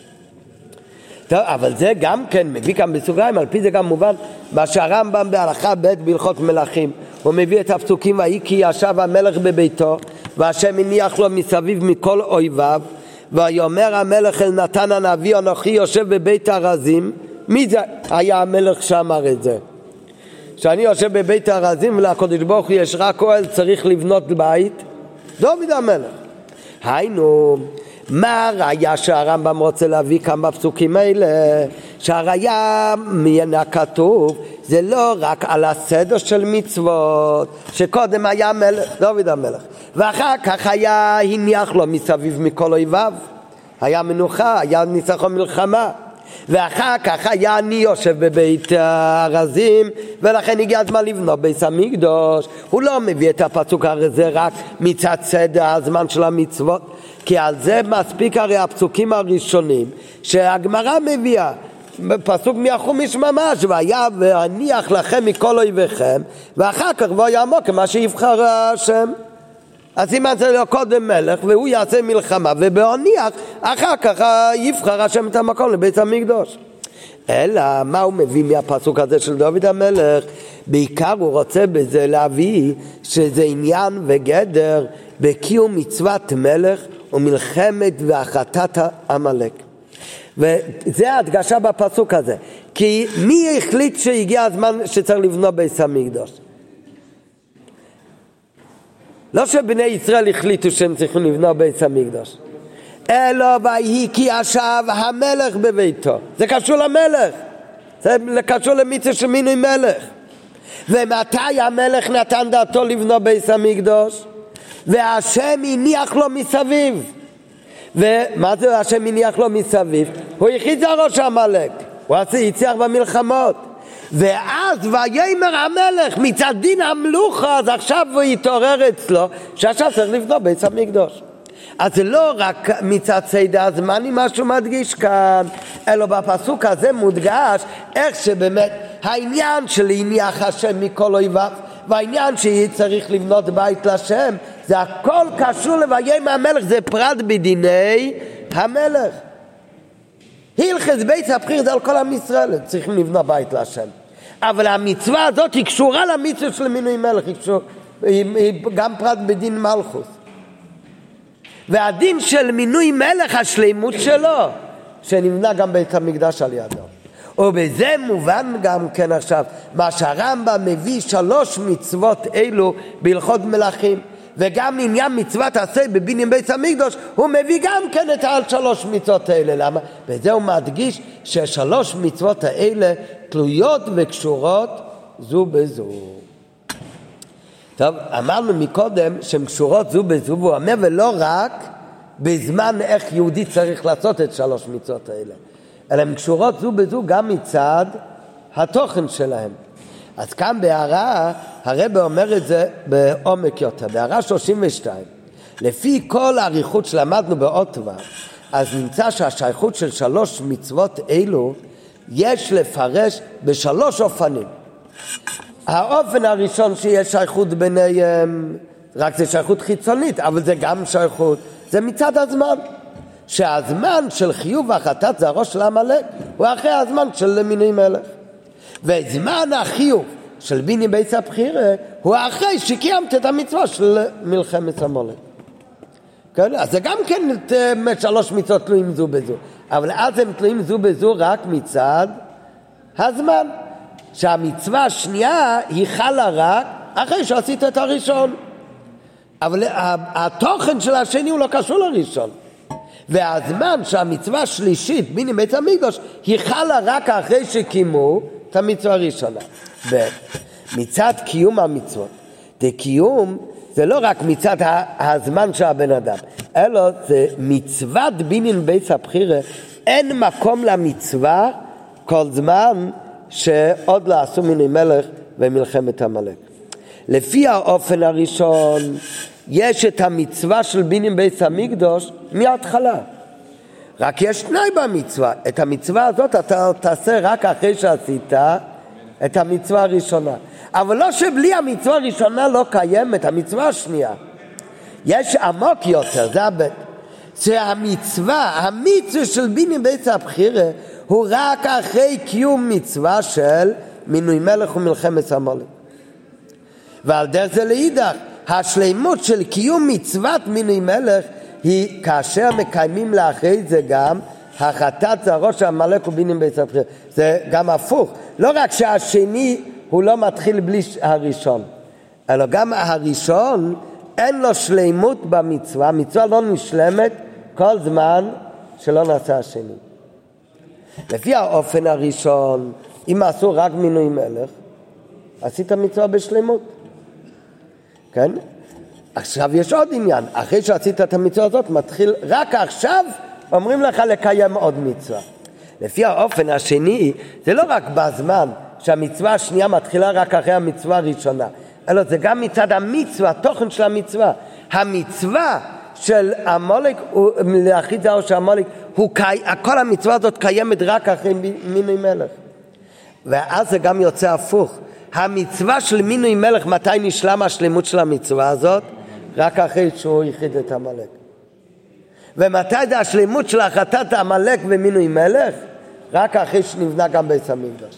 S1: טוב, אבל זה גם כן מביא כאן בסוגריים, על פי זה גם מובן, מה שהרמב"ם בהלכה ב' בהלכות מלכים, הוא מביא את הפסוקים, ויהי כי ישב המלך בביתו, והשם הניח לו מסביב מכל אויביו, ויאמר המלך אל נתן הנביא, אנוכי יושב בבית ארזים. מי זה היה המלך שאמר את זה? שאני יושב בבית ארזים ולקדוש ברוך הוא יש רק אוהל, צריך לבנות בית? דוד המלך. היינו, מה הראיה שהרמב"ם רוצה להביא כאן בפסוקים האלה? שהראיה מן הכתוב זה לא רק על הסדר של מצוות, שקודם היה מלך, דוד המלך, ואחר כך היה הניח לו מסביב מכל אויביו, היה מנוחה, היה ניצחון מלחמה, ואחר כך היה אני יושב בבית ארזים, ולכן הגיע הזמן לבנות בית המקדוש. הוא לא מביא את הפסוק הזה רק מצד סדר הזמן של המצוות, כי על זה מספיק הרי הפסוקים הראשונים שהגמרא מביאה, פסוק מהחומש ממש, והיה והניח לכם מכל אויביכם, ואחר כך בוא יעמוק כמה שיבחר השם. אז אם זה לא קודם מלך והוא יעשה מלחמה ובהניח אחר כך יבחר השם את המקום לבית המקדוש. אלא מה הוא מביא מהפסוק הזה של דוד המלך? בעיקר הוא רוצה בזה להביא שזה עניין וגדר בקיום מצוות מלך ומלחמת והחטאת עמלק. וזה ההדגשה בפסוק הזה. כי מי החליט שהגיע הזמן שצריך לבנות בית המקדוש? לא שבני ישראל החליטו שהם צריכים לבנות בית המקדוש, אלא ויהי כי ישב המלך בביתו. זה קשור למלך. זה קשור למצווה של מינוי מלך. ומתי המלך נתן דעתו לבנות בית המקדוש? והשם הניח לו מסביב. ומה זה השם הניח לו מסביב? הוא הכריז על ראש עמלק, הוא הצליח במלחמות. ואז ויאמר המלך מצד דין המלוכה, אז עכשיו הוא יתעורר אצלו שעכשיו צריך לבנות בית המקדוש. אז זה לא רק מצד סדר הזמני מה שהוא מדגיש כאן, אלא בפסוק הזה מודגש איך שבאמת העניין של הניח השם מכל אויביו, והעניין שצריך לבנות בית לשם, זה הכל קשור לויאמר המלך, זה פרט בדיני המלך. הלכת בית הבחיר זה על כל עם ישראל, צריכים לבנות בית לשם. אבל המצווה הזאת היא קשורה למצווה של מינוי מלך, היא, קשור, היא, היא גם פרט בדין מלכות. והדין של מינוי מלך, השלימות שלו, שנבנה גם בית המקדש על ידו. ובזה מובן גם כן עכשיו, מה שהרמב"ם מביא שלוש מצוות אלו בהלכות מלכים, וגם עניין מצוות עשה בבניין בית המקדוש, הוא מביא גם כן את השלוש מצוות האלה. למה? בזה הוא מדגיש ששלוש מצוות האלה תלויות וקשורות זו בזו. טוב, אמרנו מקודם שהן קשורות זו בזו, והוא אומר ולא רק בזמן איך יהודי צריך לעשות את שלוש מצוות האלה, אלא הן קשורות זו בזו גם מצד התוכן שלהם. אז כאן בהערה, הרב אומר את זה בעומק יותר, בהערה שלושים ושתיים, לפי כל האריכות שלמדנו באות ו', אז נמצא שהשייכות של שלוש מצוות אלו יש לפרש בשלוש אופנים. האופן הראשון שיש שייכות ביניהם, רק זה שייכות חיצונית, אבל זה גם שייכות, זה מצד הזמן. שהזמן של חיוב החטאת זה הראש של עמלק, הוא אחרי הזמן של מינוי מלך. וזמן החיוב של בניין בית הבחירה הוא אחרי שקיימת את המצווה של מלחמת עמלק. כן? אז זה גם כן שלוש מצוות תלויים זו בזו, אבל אז הם תלויים זו בזו רק מצד הזמן. שהמצווה השנייה היא חלה רק אחרי שעשית את הראשון, אבל התוכן של השני הוא לא קשור לראשון. והזמן שהמצווה השלישית בניין בית המקדוש היא חלה רק אחרי שקיימו את המצווה הראשונה. מצד קיום המצוות, קיום זה לא רק מצד הזמן של הבן אדם, אלא זה מצוות בניין בית הבחירה, אין מקום למצווה כל זמן שעוד לא עשו מינוי מלך ומלחמת עמלק. לפי האופן הראשון יש את המצווה של בניין בית המקדוש מההתחלה, רק יש תנאי במצווה, את המצווה הזאת אתה תעשה רק אחרי שעשית את המצווה הראשונה, אבל לא שבלי המצווה הראשונה לא קיימת המצווה השנייה. יש עמוק יותר, זה הבית, שהמצווה, המצווה של בניין בית הבחירה הוא רק אחרי קיום מצווה של מינוי מלך ומלחמת עמלק. ועל דרך זה להידך, השלימות של קיום מצוות מינוי מלך היא כאשר מקיימים לאחרי זה גם החטאת זרעו של עמלק ובניין בית הבחירה. זה גם הפוך, לא רק שהשני הוא לא מתחיל בלי הראשון, אלא גם הראשון אין לו שלימות במצווה, המצווה לא נשלמת כל זמן שלא נעשה השני. לפי האופן הראשון, אם עשו רק מינוי מלך, עשית מצווה בשלימות. כן? עכשיו יש עוד עניין, אחרי שעשית את המצווה הזאת, מתחיל, רק עכשיו אומרים לך לקיים עוד מצווה. לפי האופן השני, זה לא רק בזמן שהמצווה השנייה מתחילה רק אחרי המצווה הראשונה, אלא זה גם מצד המצווה, התוכן של המצווה. המצווה של עמלק, להכריז זרעו של עמלק, כל המצווה הזאת קיימת רק אחרי מינוי מלך. ואז זה גם יוצא הפוך. המצווה של מינוי מלך, מתי נשלם השלמות של המצווה הזאת? רק אחרי שהוא הכריז את עמלק. ומתי זה השלמות של החטאת עמלק ומינוי מלך? רק אחרי שנבנה גם בית המקדש.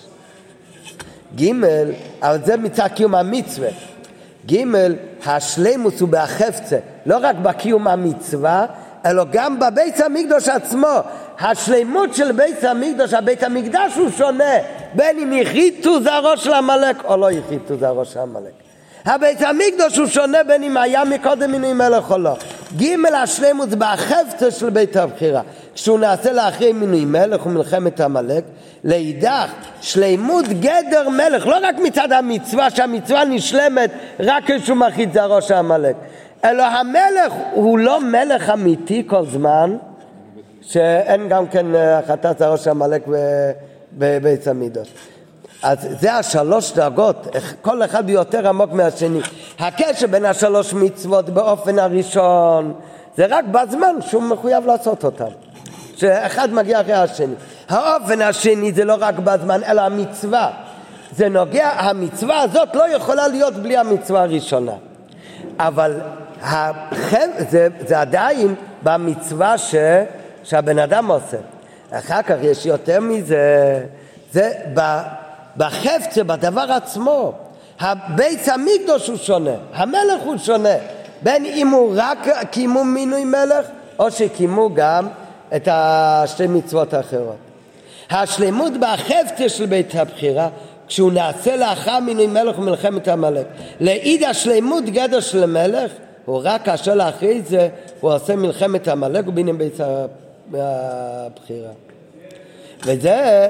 S1: ג' אבל זה מצד קיום המצווה. ג' השלמות הוא בהחפצה, לא רק בקיום המצווה, אלא גם בבית המקדש עצמו. השלמות של בית המקדש, הבית המקדש הוא שונה, בין אם יחיתו זרעו של עמלק או לא יחיתו זרעו של עמלק. הבית המקדש הוא שונה בין אם היה מקודם מינוי מלך או לא. ג' השלמות זה בחפץ של בית הבחירה, כשהוא נעשה לאחרי מינוי מלך ומלחמת המלך. לאידך שלמות גדר מלך, לא רק מצד המצווה, שהמצווה נשלמת רק כשהוא מחית זרעו של המלך, אלא המלך הוא לא מלך אמיתי כל זמן שאין גם כן חטאת זרעו של המלך בבית המקדש. אז זה השלוש דרגות, כל אחד יותר עמוק מהשני. הקשר בין השלוש מצוות באופן הראשון זה רק בזמן שהוא מחויב לעשות אותם, שאחד מגיע אחרי השני. האופן השני זה לא רק בזמן אלא המצווה, זה נוגע, המצווה הזאת לא יכולה להיות בלי המצווה הראשונה, אבל זה, זה עדיין במצווה ש, שהבן אדם עושה. אחר כך יש יותר מזה, זה בחפץ, בדבר עצמו. הבית המקדש הוא שונה, המלך הוא שונה, בין אם הוא רק קימו מינוי מלך או שקימו גם את השתי מצוות האחרות. השלמות בחפץ של בית הבחירה, כשהוא נעשה לאחר מינוי מלך ומלחמת המלך. לעיד השלמות גדר של מלך הוא רק כאשר לאחרי זה הוא עושה מלחמת המלך ובינים בית הבחירה. וזה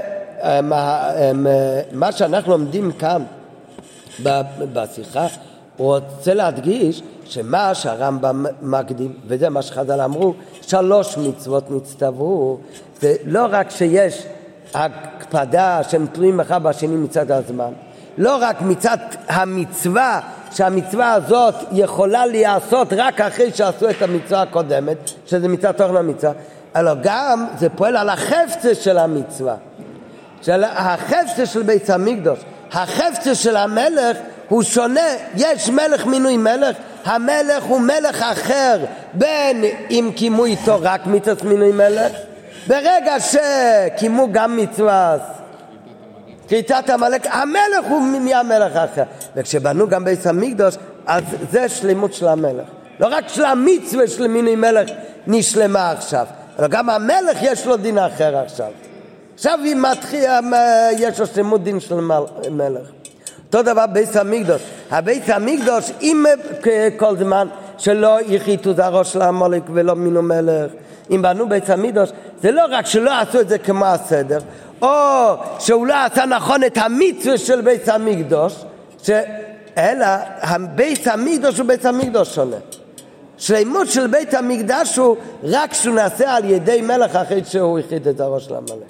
S1: מה שאנחנו לומדים כאן בשיחה. הוא רוצה להדגיש שמה שהרמב"ם מקדים, וזה מה שחז"ל אמרו, שלוש מצוות נצטוו, זה לא רק שיש הקפדה שהם תלויים אחד בשני מצד הזמן, לא רק מצד המצווה, שהמצווה הזאת יכולה להיעשות רק אחרי שעשו את המצווה הקודמת, שזה מצד תוכן המצווה, אלא גם זה פועל על החפץ של המצווה, של החפץ של בית המקדש. החפץ של המלך הוא שונה, יש מלך מינוי מלך, המלך הוא מלך אחר, בין אם קימו איתו רק מצוות מינוי מלך, ברגע שקימו גם מצווה כריתת המלך, המלך הוא נהיה מלך אחר. וכשבנו גם בית המקדש, אז זה שלמות של המלך, לא רק של המצווה של מינוי מלך נשלמה עכשיו, אבל גם המלך יש לו דין אחר עכשיו. עכשיו היא מתחילה, יש לו שלמות דין של מלך. אותו דבר בית המקדש, הבית המקדש אם כל זמן שלא יחיתו זרעו של המלך ולא מינו מלך, אם בנו בית המקדש, זה לא רק שלא עשו את זה כמו הסדר, או שהוא לא עשה נכון את המצווה של בית המקדש, אלא בית המקדש הוא בית המקדש שונה. שלמות של בית המקדש הוא רק שהוא נעשה על ידי מלך אחרי שהוא יחית את זרעו של המלך.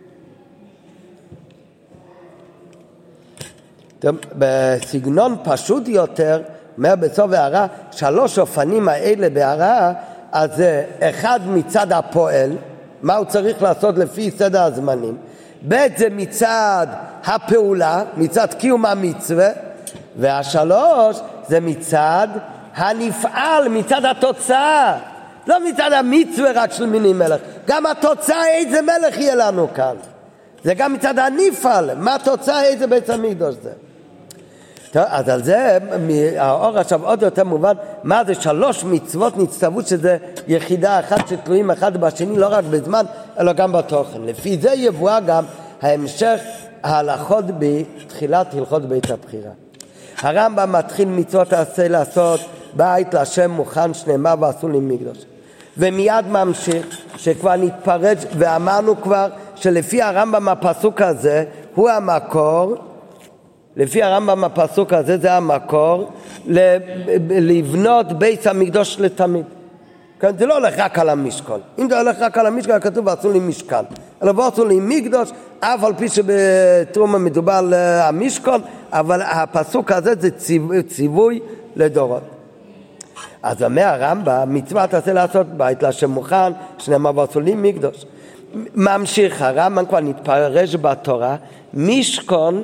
S1: בסגנון פשוט יותר, אומר בסוף הערה, שלוש אופנים האלה בהערה, אז זה אחד מצד הפועל, מה הוא צריך לעשות לפי סדר הזמנים, ב' זה מצד הפעולה, מצד קיום המצווה, והשלוש זה מצד הנפעל, מצד התוצאה, לא מצד המצווה רק של מיני מלך, גם התוצאה איזה מלך יהיה לנו כאן, זה גם מצד הנפעל, מה התוצאה איזה בית המקדש זה. טוב, אז על זה האור עכשיו עוד יותר מובן מה זה שלוש מצוות נצטוו, שזה יחידה אחת שתלויים אחד בשני לא רק בזמן אלא גם בתוכן. לפי זה יבוא גם ההמשך ההלכות בתחילת הלכות בית הבחירה. הרמב"ם מתחיל מצוות עשה לעשות בית להשם מוכן שנאמר ועשו לי מקדש, ומיד ממשיך שכבר נתפרץ, ואמרנו כבר שלפי הרמב"ם הפסוק הזה הוא המקור, לפי הרמב"ם הפסוק הזה זה המקור לבנות בית המקדש לתמיד. כן, זה לא הולך רק על המשכן. אם זה הולך רק על המשכן, כתוב ועשו לי משכן, אלא ועשו לי מקדש, אף על פי שבתרומה מדובר על המשכן, אבל הפסוק הזה זה ציווי, ציווי לדורות. אז אומר הרמב"ם, מצווה תעשה לעשות בית להשם מוכן שנאמר ועשו לי מקדש. ממשיך הרמב"ם, כבר נתפרש בתורה, משכן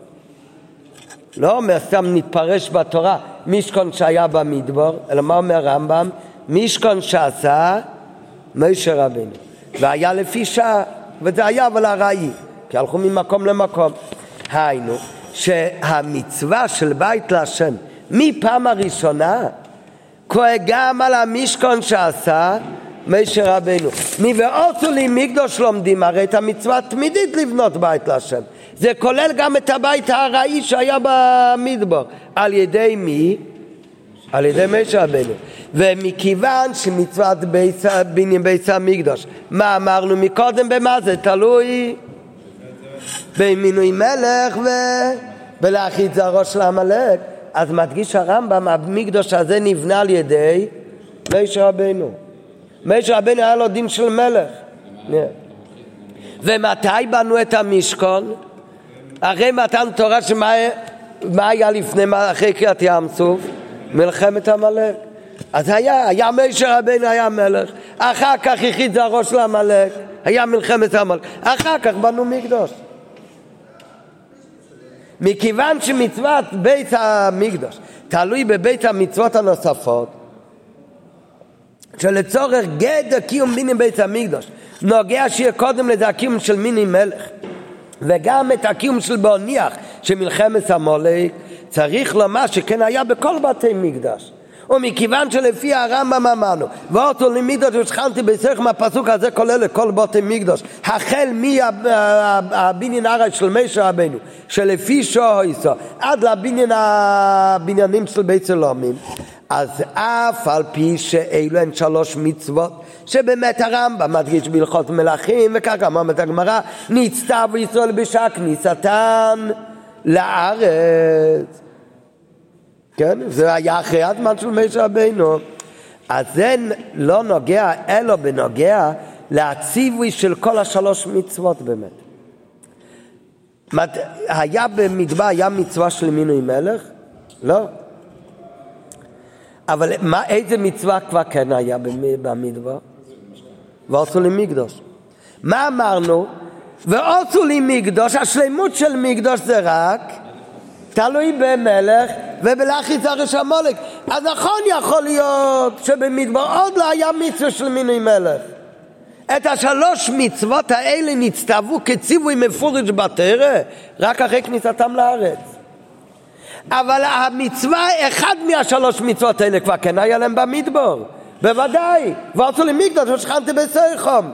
S1: לא אומר סתם נתפרש בתורה משכן שהיה במדבר, אלא מה אומר הרמב"ם? משכן שעשה משה רבינו, והיה לפי שעה, וזה היה אבל הראי, כי הלכו ממקום למקום. היינו שהמצווה של בית להשם מפעם הראשונה קורה גם על המשכן שעשה משה רבינו. מבעשו לי מקדש לומדים הרי את המצווה תמידית לבנות בית להשם, זה כולל גם את הבית הראי שהיה במדבר. על ידי מי? על ידי משה רבינו. ומכיוון שמצוות בניין בית המקדוש, מה אמרנו מקודם, במה זה תלוי? במינוי מלך ובלהכית זרעו של עמלק. אז מדגיש הרמב"ם, המקדוש הזה נבנה על ידי משה רבנו. משה רבנו היה לו דין של מלך. ומתי בנו את המשכן? אחרי מתן תורה, שמה היה לפני, אחרי קריאת ים סוף? מלחמת עמלק. אז היה, היה משה רבנו היה מלך, אחר כך הכית זרעו של עמלק, היה מלחמת עמלק, אחר כך בנו מקדוש. מכיוון שמצוות בית המקדוש תלוי בבית המצוות הנוספות, שלצורך גדר קיום בניין בית המקדוש נוגע שיהיה קודם לזה הקיום של מיני מלך, וגם את הקיום של בוניח של מלחמת עמלק, צריך לומר שכן היה בכל בתי מקדש. ומכיוון שלפי הרמב"ם אמרנו, ואותו למידות ושכנתי בישרכם, הפסוק הזה כולל לכל בתי מקדוש, החל מהבניין הרש של משה רבנו, שלפי שויסו, עד לבניין הבניינים של בית סלומים. אז אף על פי שאלו הן שלוש מצוות, שבאמת הרמב"ם מדגיש בהלכות מלכים, וכך אומרת הגמרא, נצטוו ישראל בשעה כניסתם לארץ. כן? זה היה אחרי הזמן של משה רבנו. אז זה לא נוגע, אלא בנוגע להציווי של כל השלוש מצוות באמת. היה במדבר, היה מצווה של מינוי מלך? לא. אבל מה, איזה מצווה כבר כן היה במדבר? ועשו לי מקדוש. מה אמרנו? ועשו לי מקדוש, השלמות של מקדוש זה רק תלוי במלך ובלהכית זרעו של עמלק. אז נכון יכול להיות שבמדבר עוד לא היה מצווה של מינוי מלך. את השלוש מצוות האלה נצטוו כציווי מפורש בתורה רק אחרי כניסתם לארץ. אבל המצווה, אחד מהשלוש מצוות האלה כבר כן היה להם במדבר. בוודאי. ועשו לי מקדוש ושכנתי בישרכם.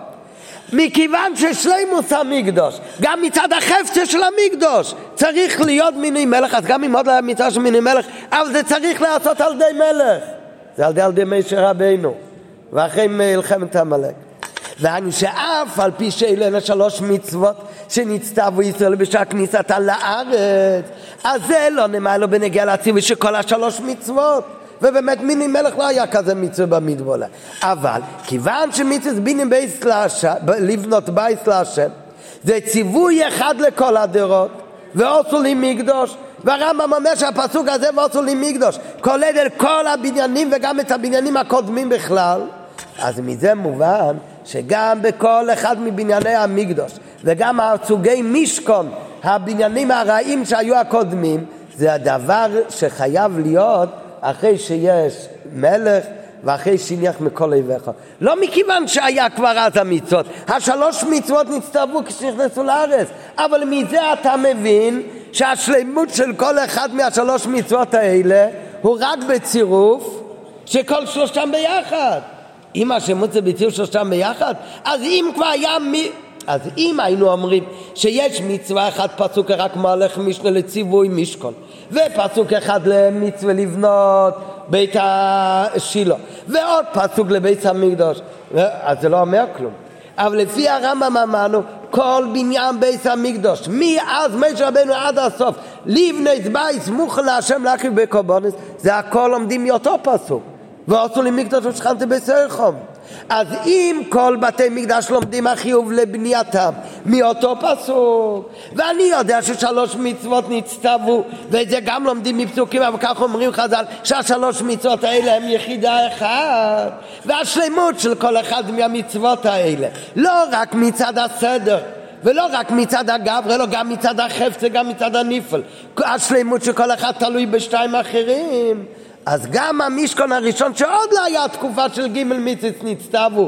S1: מכיוון ששלימות המקדוש, גם מצד החפצה של המקדוש, צריך להיות מינוי מלך, אז גם אם עוד לא היה מצווה של מינוי מלך, אבל זה צריך לעשות על ידי מלך. זה על ידי משה רבנו, ואחרי מלחמת עמלק. ואני שאף על פי שאלה שלוש מצוות שנצטוו ישראל בשעה כניסתה לארץ, אז זה לא נאמר לו בנגיע לציווי שכל השלוש מצוות. ובאמת מיני מלך לא היה כזה מצווה במדבר. אבל כיוון שמצווה בניין בית להשם, לבנות בית להשם, זה ציווי אחד לכל הדורות, ועשו לי מקדוש. והרמב"ם אומר שהפסוק הזה ועשו לי מקדוש כולל את כל הבניינים וגם את הבניינים הקודמים בכלל. אז מזה מובן שגם בכל אחד מבנייני המקדוש וגם הסוגי משכון, הבניינים הרעים שהיו הקודמים, זה הדבר שחייב להיות אחרי שיש מלך ואחרי שניח מכל אויביך. לא מכיוון שהיה כבר אז המצוות, השלוש מצוות נצטוו כשנכנסו לארץ, אבל מזה אתה מבין שהשלמות של כל אחד מהשלוש מצוות האלה הוא רק בצירוף שכל שלושתם ביחד. אם השלמות זה בצירוף שלושתם ביחד, אז אם כבר היה מי... אז אם היינו אומרים שיש מצווה אחד פסוק רק מהלך משנה לציווי משכון, ופסוק אחד למצווה לבנות בית השילה, ועוד פסוק לבית המקדוש, אז זה לא אומר כלום. אבל לפי הרמב"ם אמרנו כל בניין בית המקדוש מאז משה רבנו עד הסוף לבנות בית סמוך להשם להקריב בקורבנות, זה הכל לומדים מאותו פסוק, ועשו לי מקדוש ושכנתי בישרכם. אז אם כל בתי מקדש לומדים החיוב לבנייתם מאותו פסוק, ואני יודע ששלוש מצוות נצטוו, ואת זה גם לומדים מפסוקים, אבל כך אומרים חז"ל שהשלוש מצוות האלה הם יחידה אחת, והשלמות של כל אחד מהמצוות האלה לא רק מצד הסדר ולא רק מצד הגבר, אלא גם מצד החפץ וגם מצד הנפל, השלמות של כל אחד תלוי בשתיים אחרים. אז גם המשכון הראשון שעוד לא היה תקופה של ג' מצוות נצטוו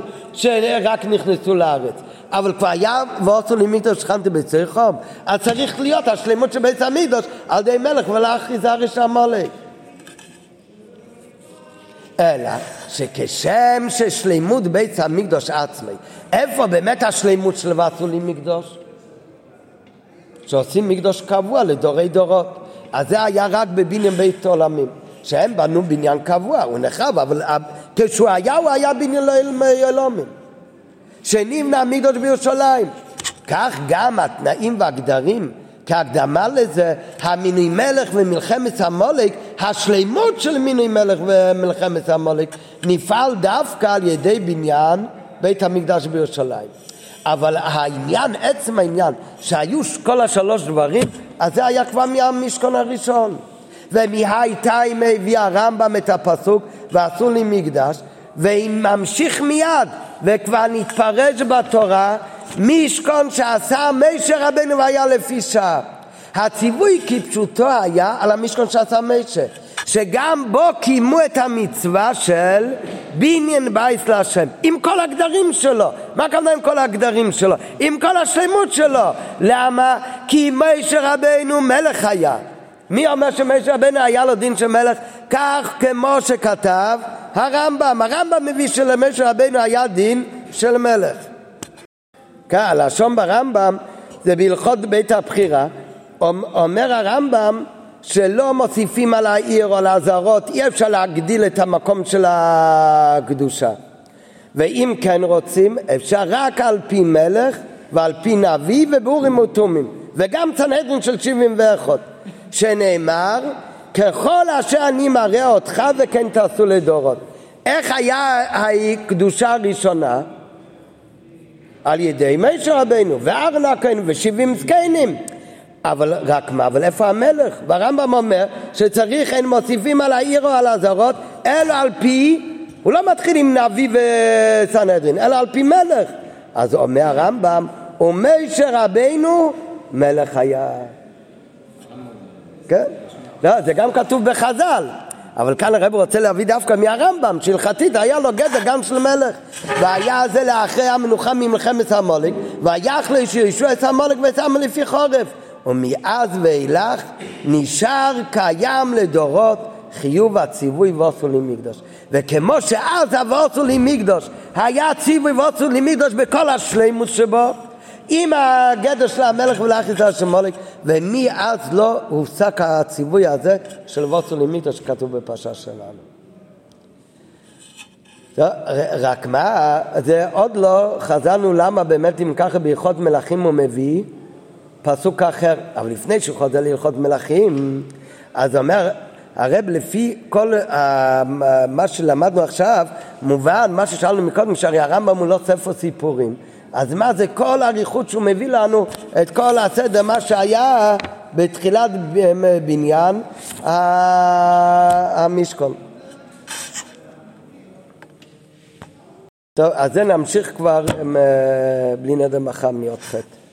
S1: שרק נכנסו לארץ, אבל כבר היה ועשו לי מקדוש ושכנתי בישרכם, אז צריך להיות השלמות של בית המקדוש על ידי מלך ולהכריז זרעו של עמלק. אלא שכשם ששלמות בית המקדוש עצמי, איפה באמת השלמות של ועשו לי מקדוש? שעושים מקדוש קבוע לדורי דורות. אז זה היה רק בבניין בית עולמים, שהם בנו בניין קבוע, הוא נחרב, אבל כשהוא היה, הוא היה בניין אלוהים. שנבנה המקדש בירושלים. כך גם התנאים והגדרים, כהקדמה לזה, המינוי מלך ומלחמת המולק, השלימות של מינוי מלך ומלחמת המולק, נפעל דווקא על ידי בניין בית המקדש בירושלים. אבל העניין, עצם העניין, שהיו כל השלוש דברים, אז זה היה כבר מהמשכון הראשון. ומהייתיים הביא הרמב"ם את הפסוק, ועשו לי מקדש, ואם ממשיך מיד, וכבר נתפרש בתורה, משכון שעשה משה רבנו והיה לפי שעה. הציווי כפשוטו היה על המשכון שעשה משה, שגם בו קיימו את המצווה של בניין בית להשם, עם כל הגדרים שלו. מה כמובן עם כל הגדרים שלו? עם כל השלמות שלו. למה? כי משה רבנו מלך היה. מי אומר שמשה רבנו היה לו דין של מלך? כך כמו שכתב הרמב"ם. הרמב"ם מביא שלמשה רבנו היה דין של מלך. הלשון ברמב"ם זה בהלכות בית הבחירה. אומר הרמב"ם שלא מוסיפים על העיר או על הזרות, אי אפשר להגדיל את המקום של הקדושה. ואם כן רוצים, אפשר רק על פי מלך ועל פי נביא ובאורים ותומים, וגם סנהדרין של שבעים ואחת, שנאמר ככל אשר אני מראה אותך וכן תעשו לדורות. איך היה הקדושה הראשונה? על ידי משה רבנו ואהרון הכהן ושבעים זקנים. אבל רק מה? אבל איפה המלך? והרמב"ם אומר שצריך, אין מוסיפים על העיר או על הזרות, אלא על פי, הוא לא מתחיל עם נביא וסנהדרין, אלא על פי מלך. אז אומר הרמב"ם, ומשה רבנו מלך היה. כן? לא, זה גם כתוב בחז"ל. אבל כאן הרב רוצה להביא דווקא מהרמב"ם, שהלכתית היה לו גדר גם של מלך. והיה זה לאחרי המנוחה ממלחמת המולק, והיה אחרי שישוע את המולק ושם לפי חורף. ומאז ואילך נשאר קיים לדורות חיוב הציווי ועשו לי מקדש. וכמו שאז ועשו לי מקדש היה ציווי ועשו לי מקדש בכל השלימות שבו, עם הגדר של המלך ולאחרי זה של מולק, ומאז לא הופסק הציווי הזה של ועשו לי מקדש שכתוב בפרשה שלנו. רק מה, זה עוד לא חזרנו למה באמת אם ככה בהלכות מלכים הוא מביא פסוק אחר. אבל לפני שהוא חוזר להלכות מלכים, אז אומר הרב לפי כל uh, מה שלמדנו עכשיו, מובן מה ששאלנו מקודם, שהרי הרמב"ם הוא לא ספר סיפורים, אז מה זה כל האריכות שהוא מביא לנו את כל הסדר מה שהיה בתחילת בניין המשכון. טוב, אז זה נמשיך כבר בלי נדר מחר מי"ח.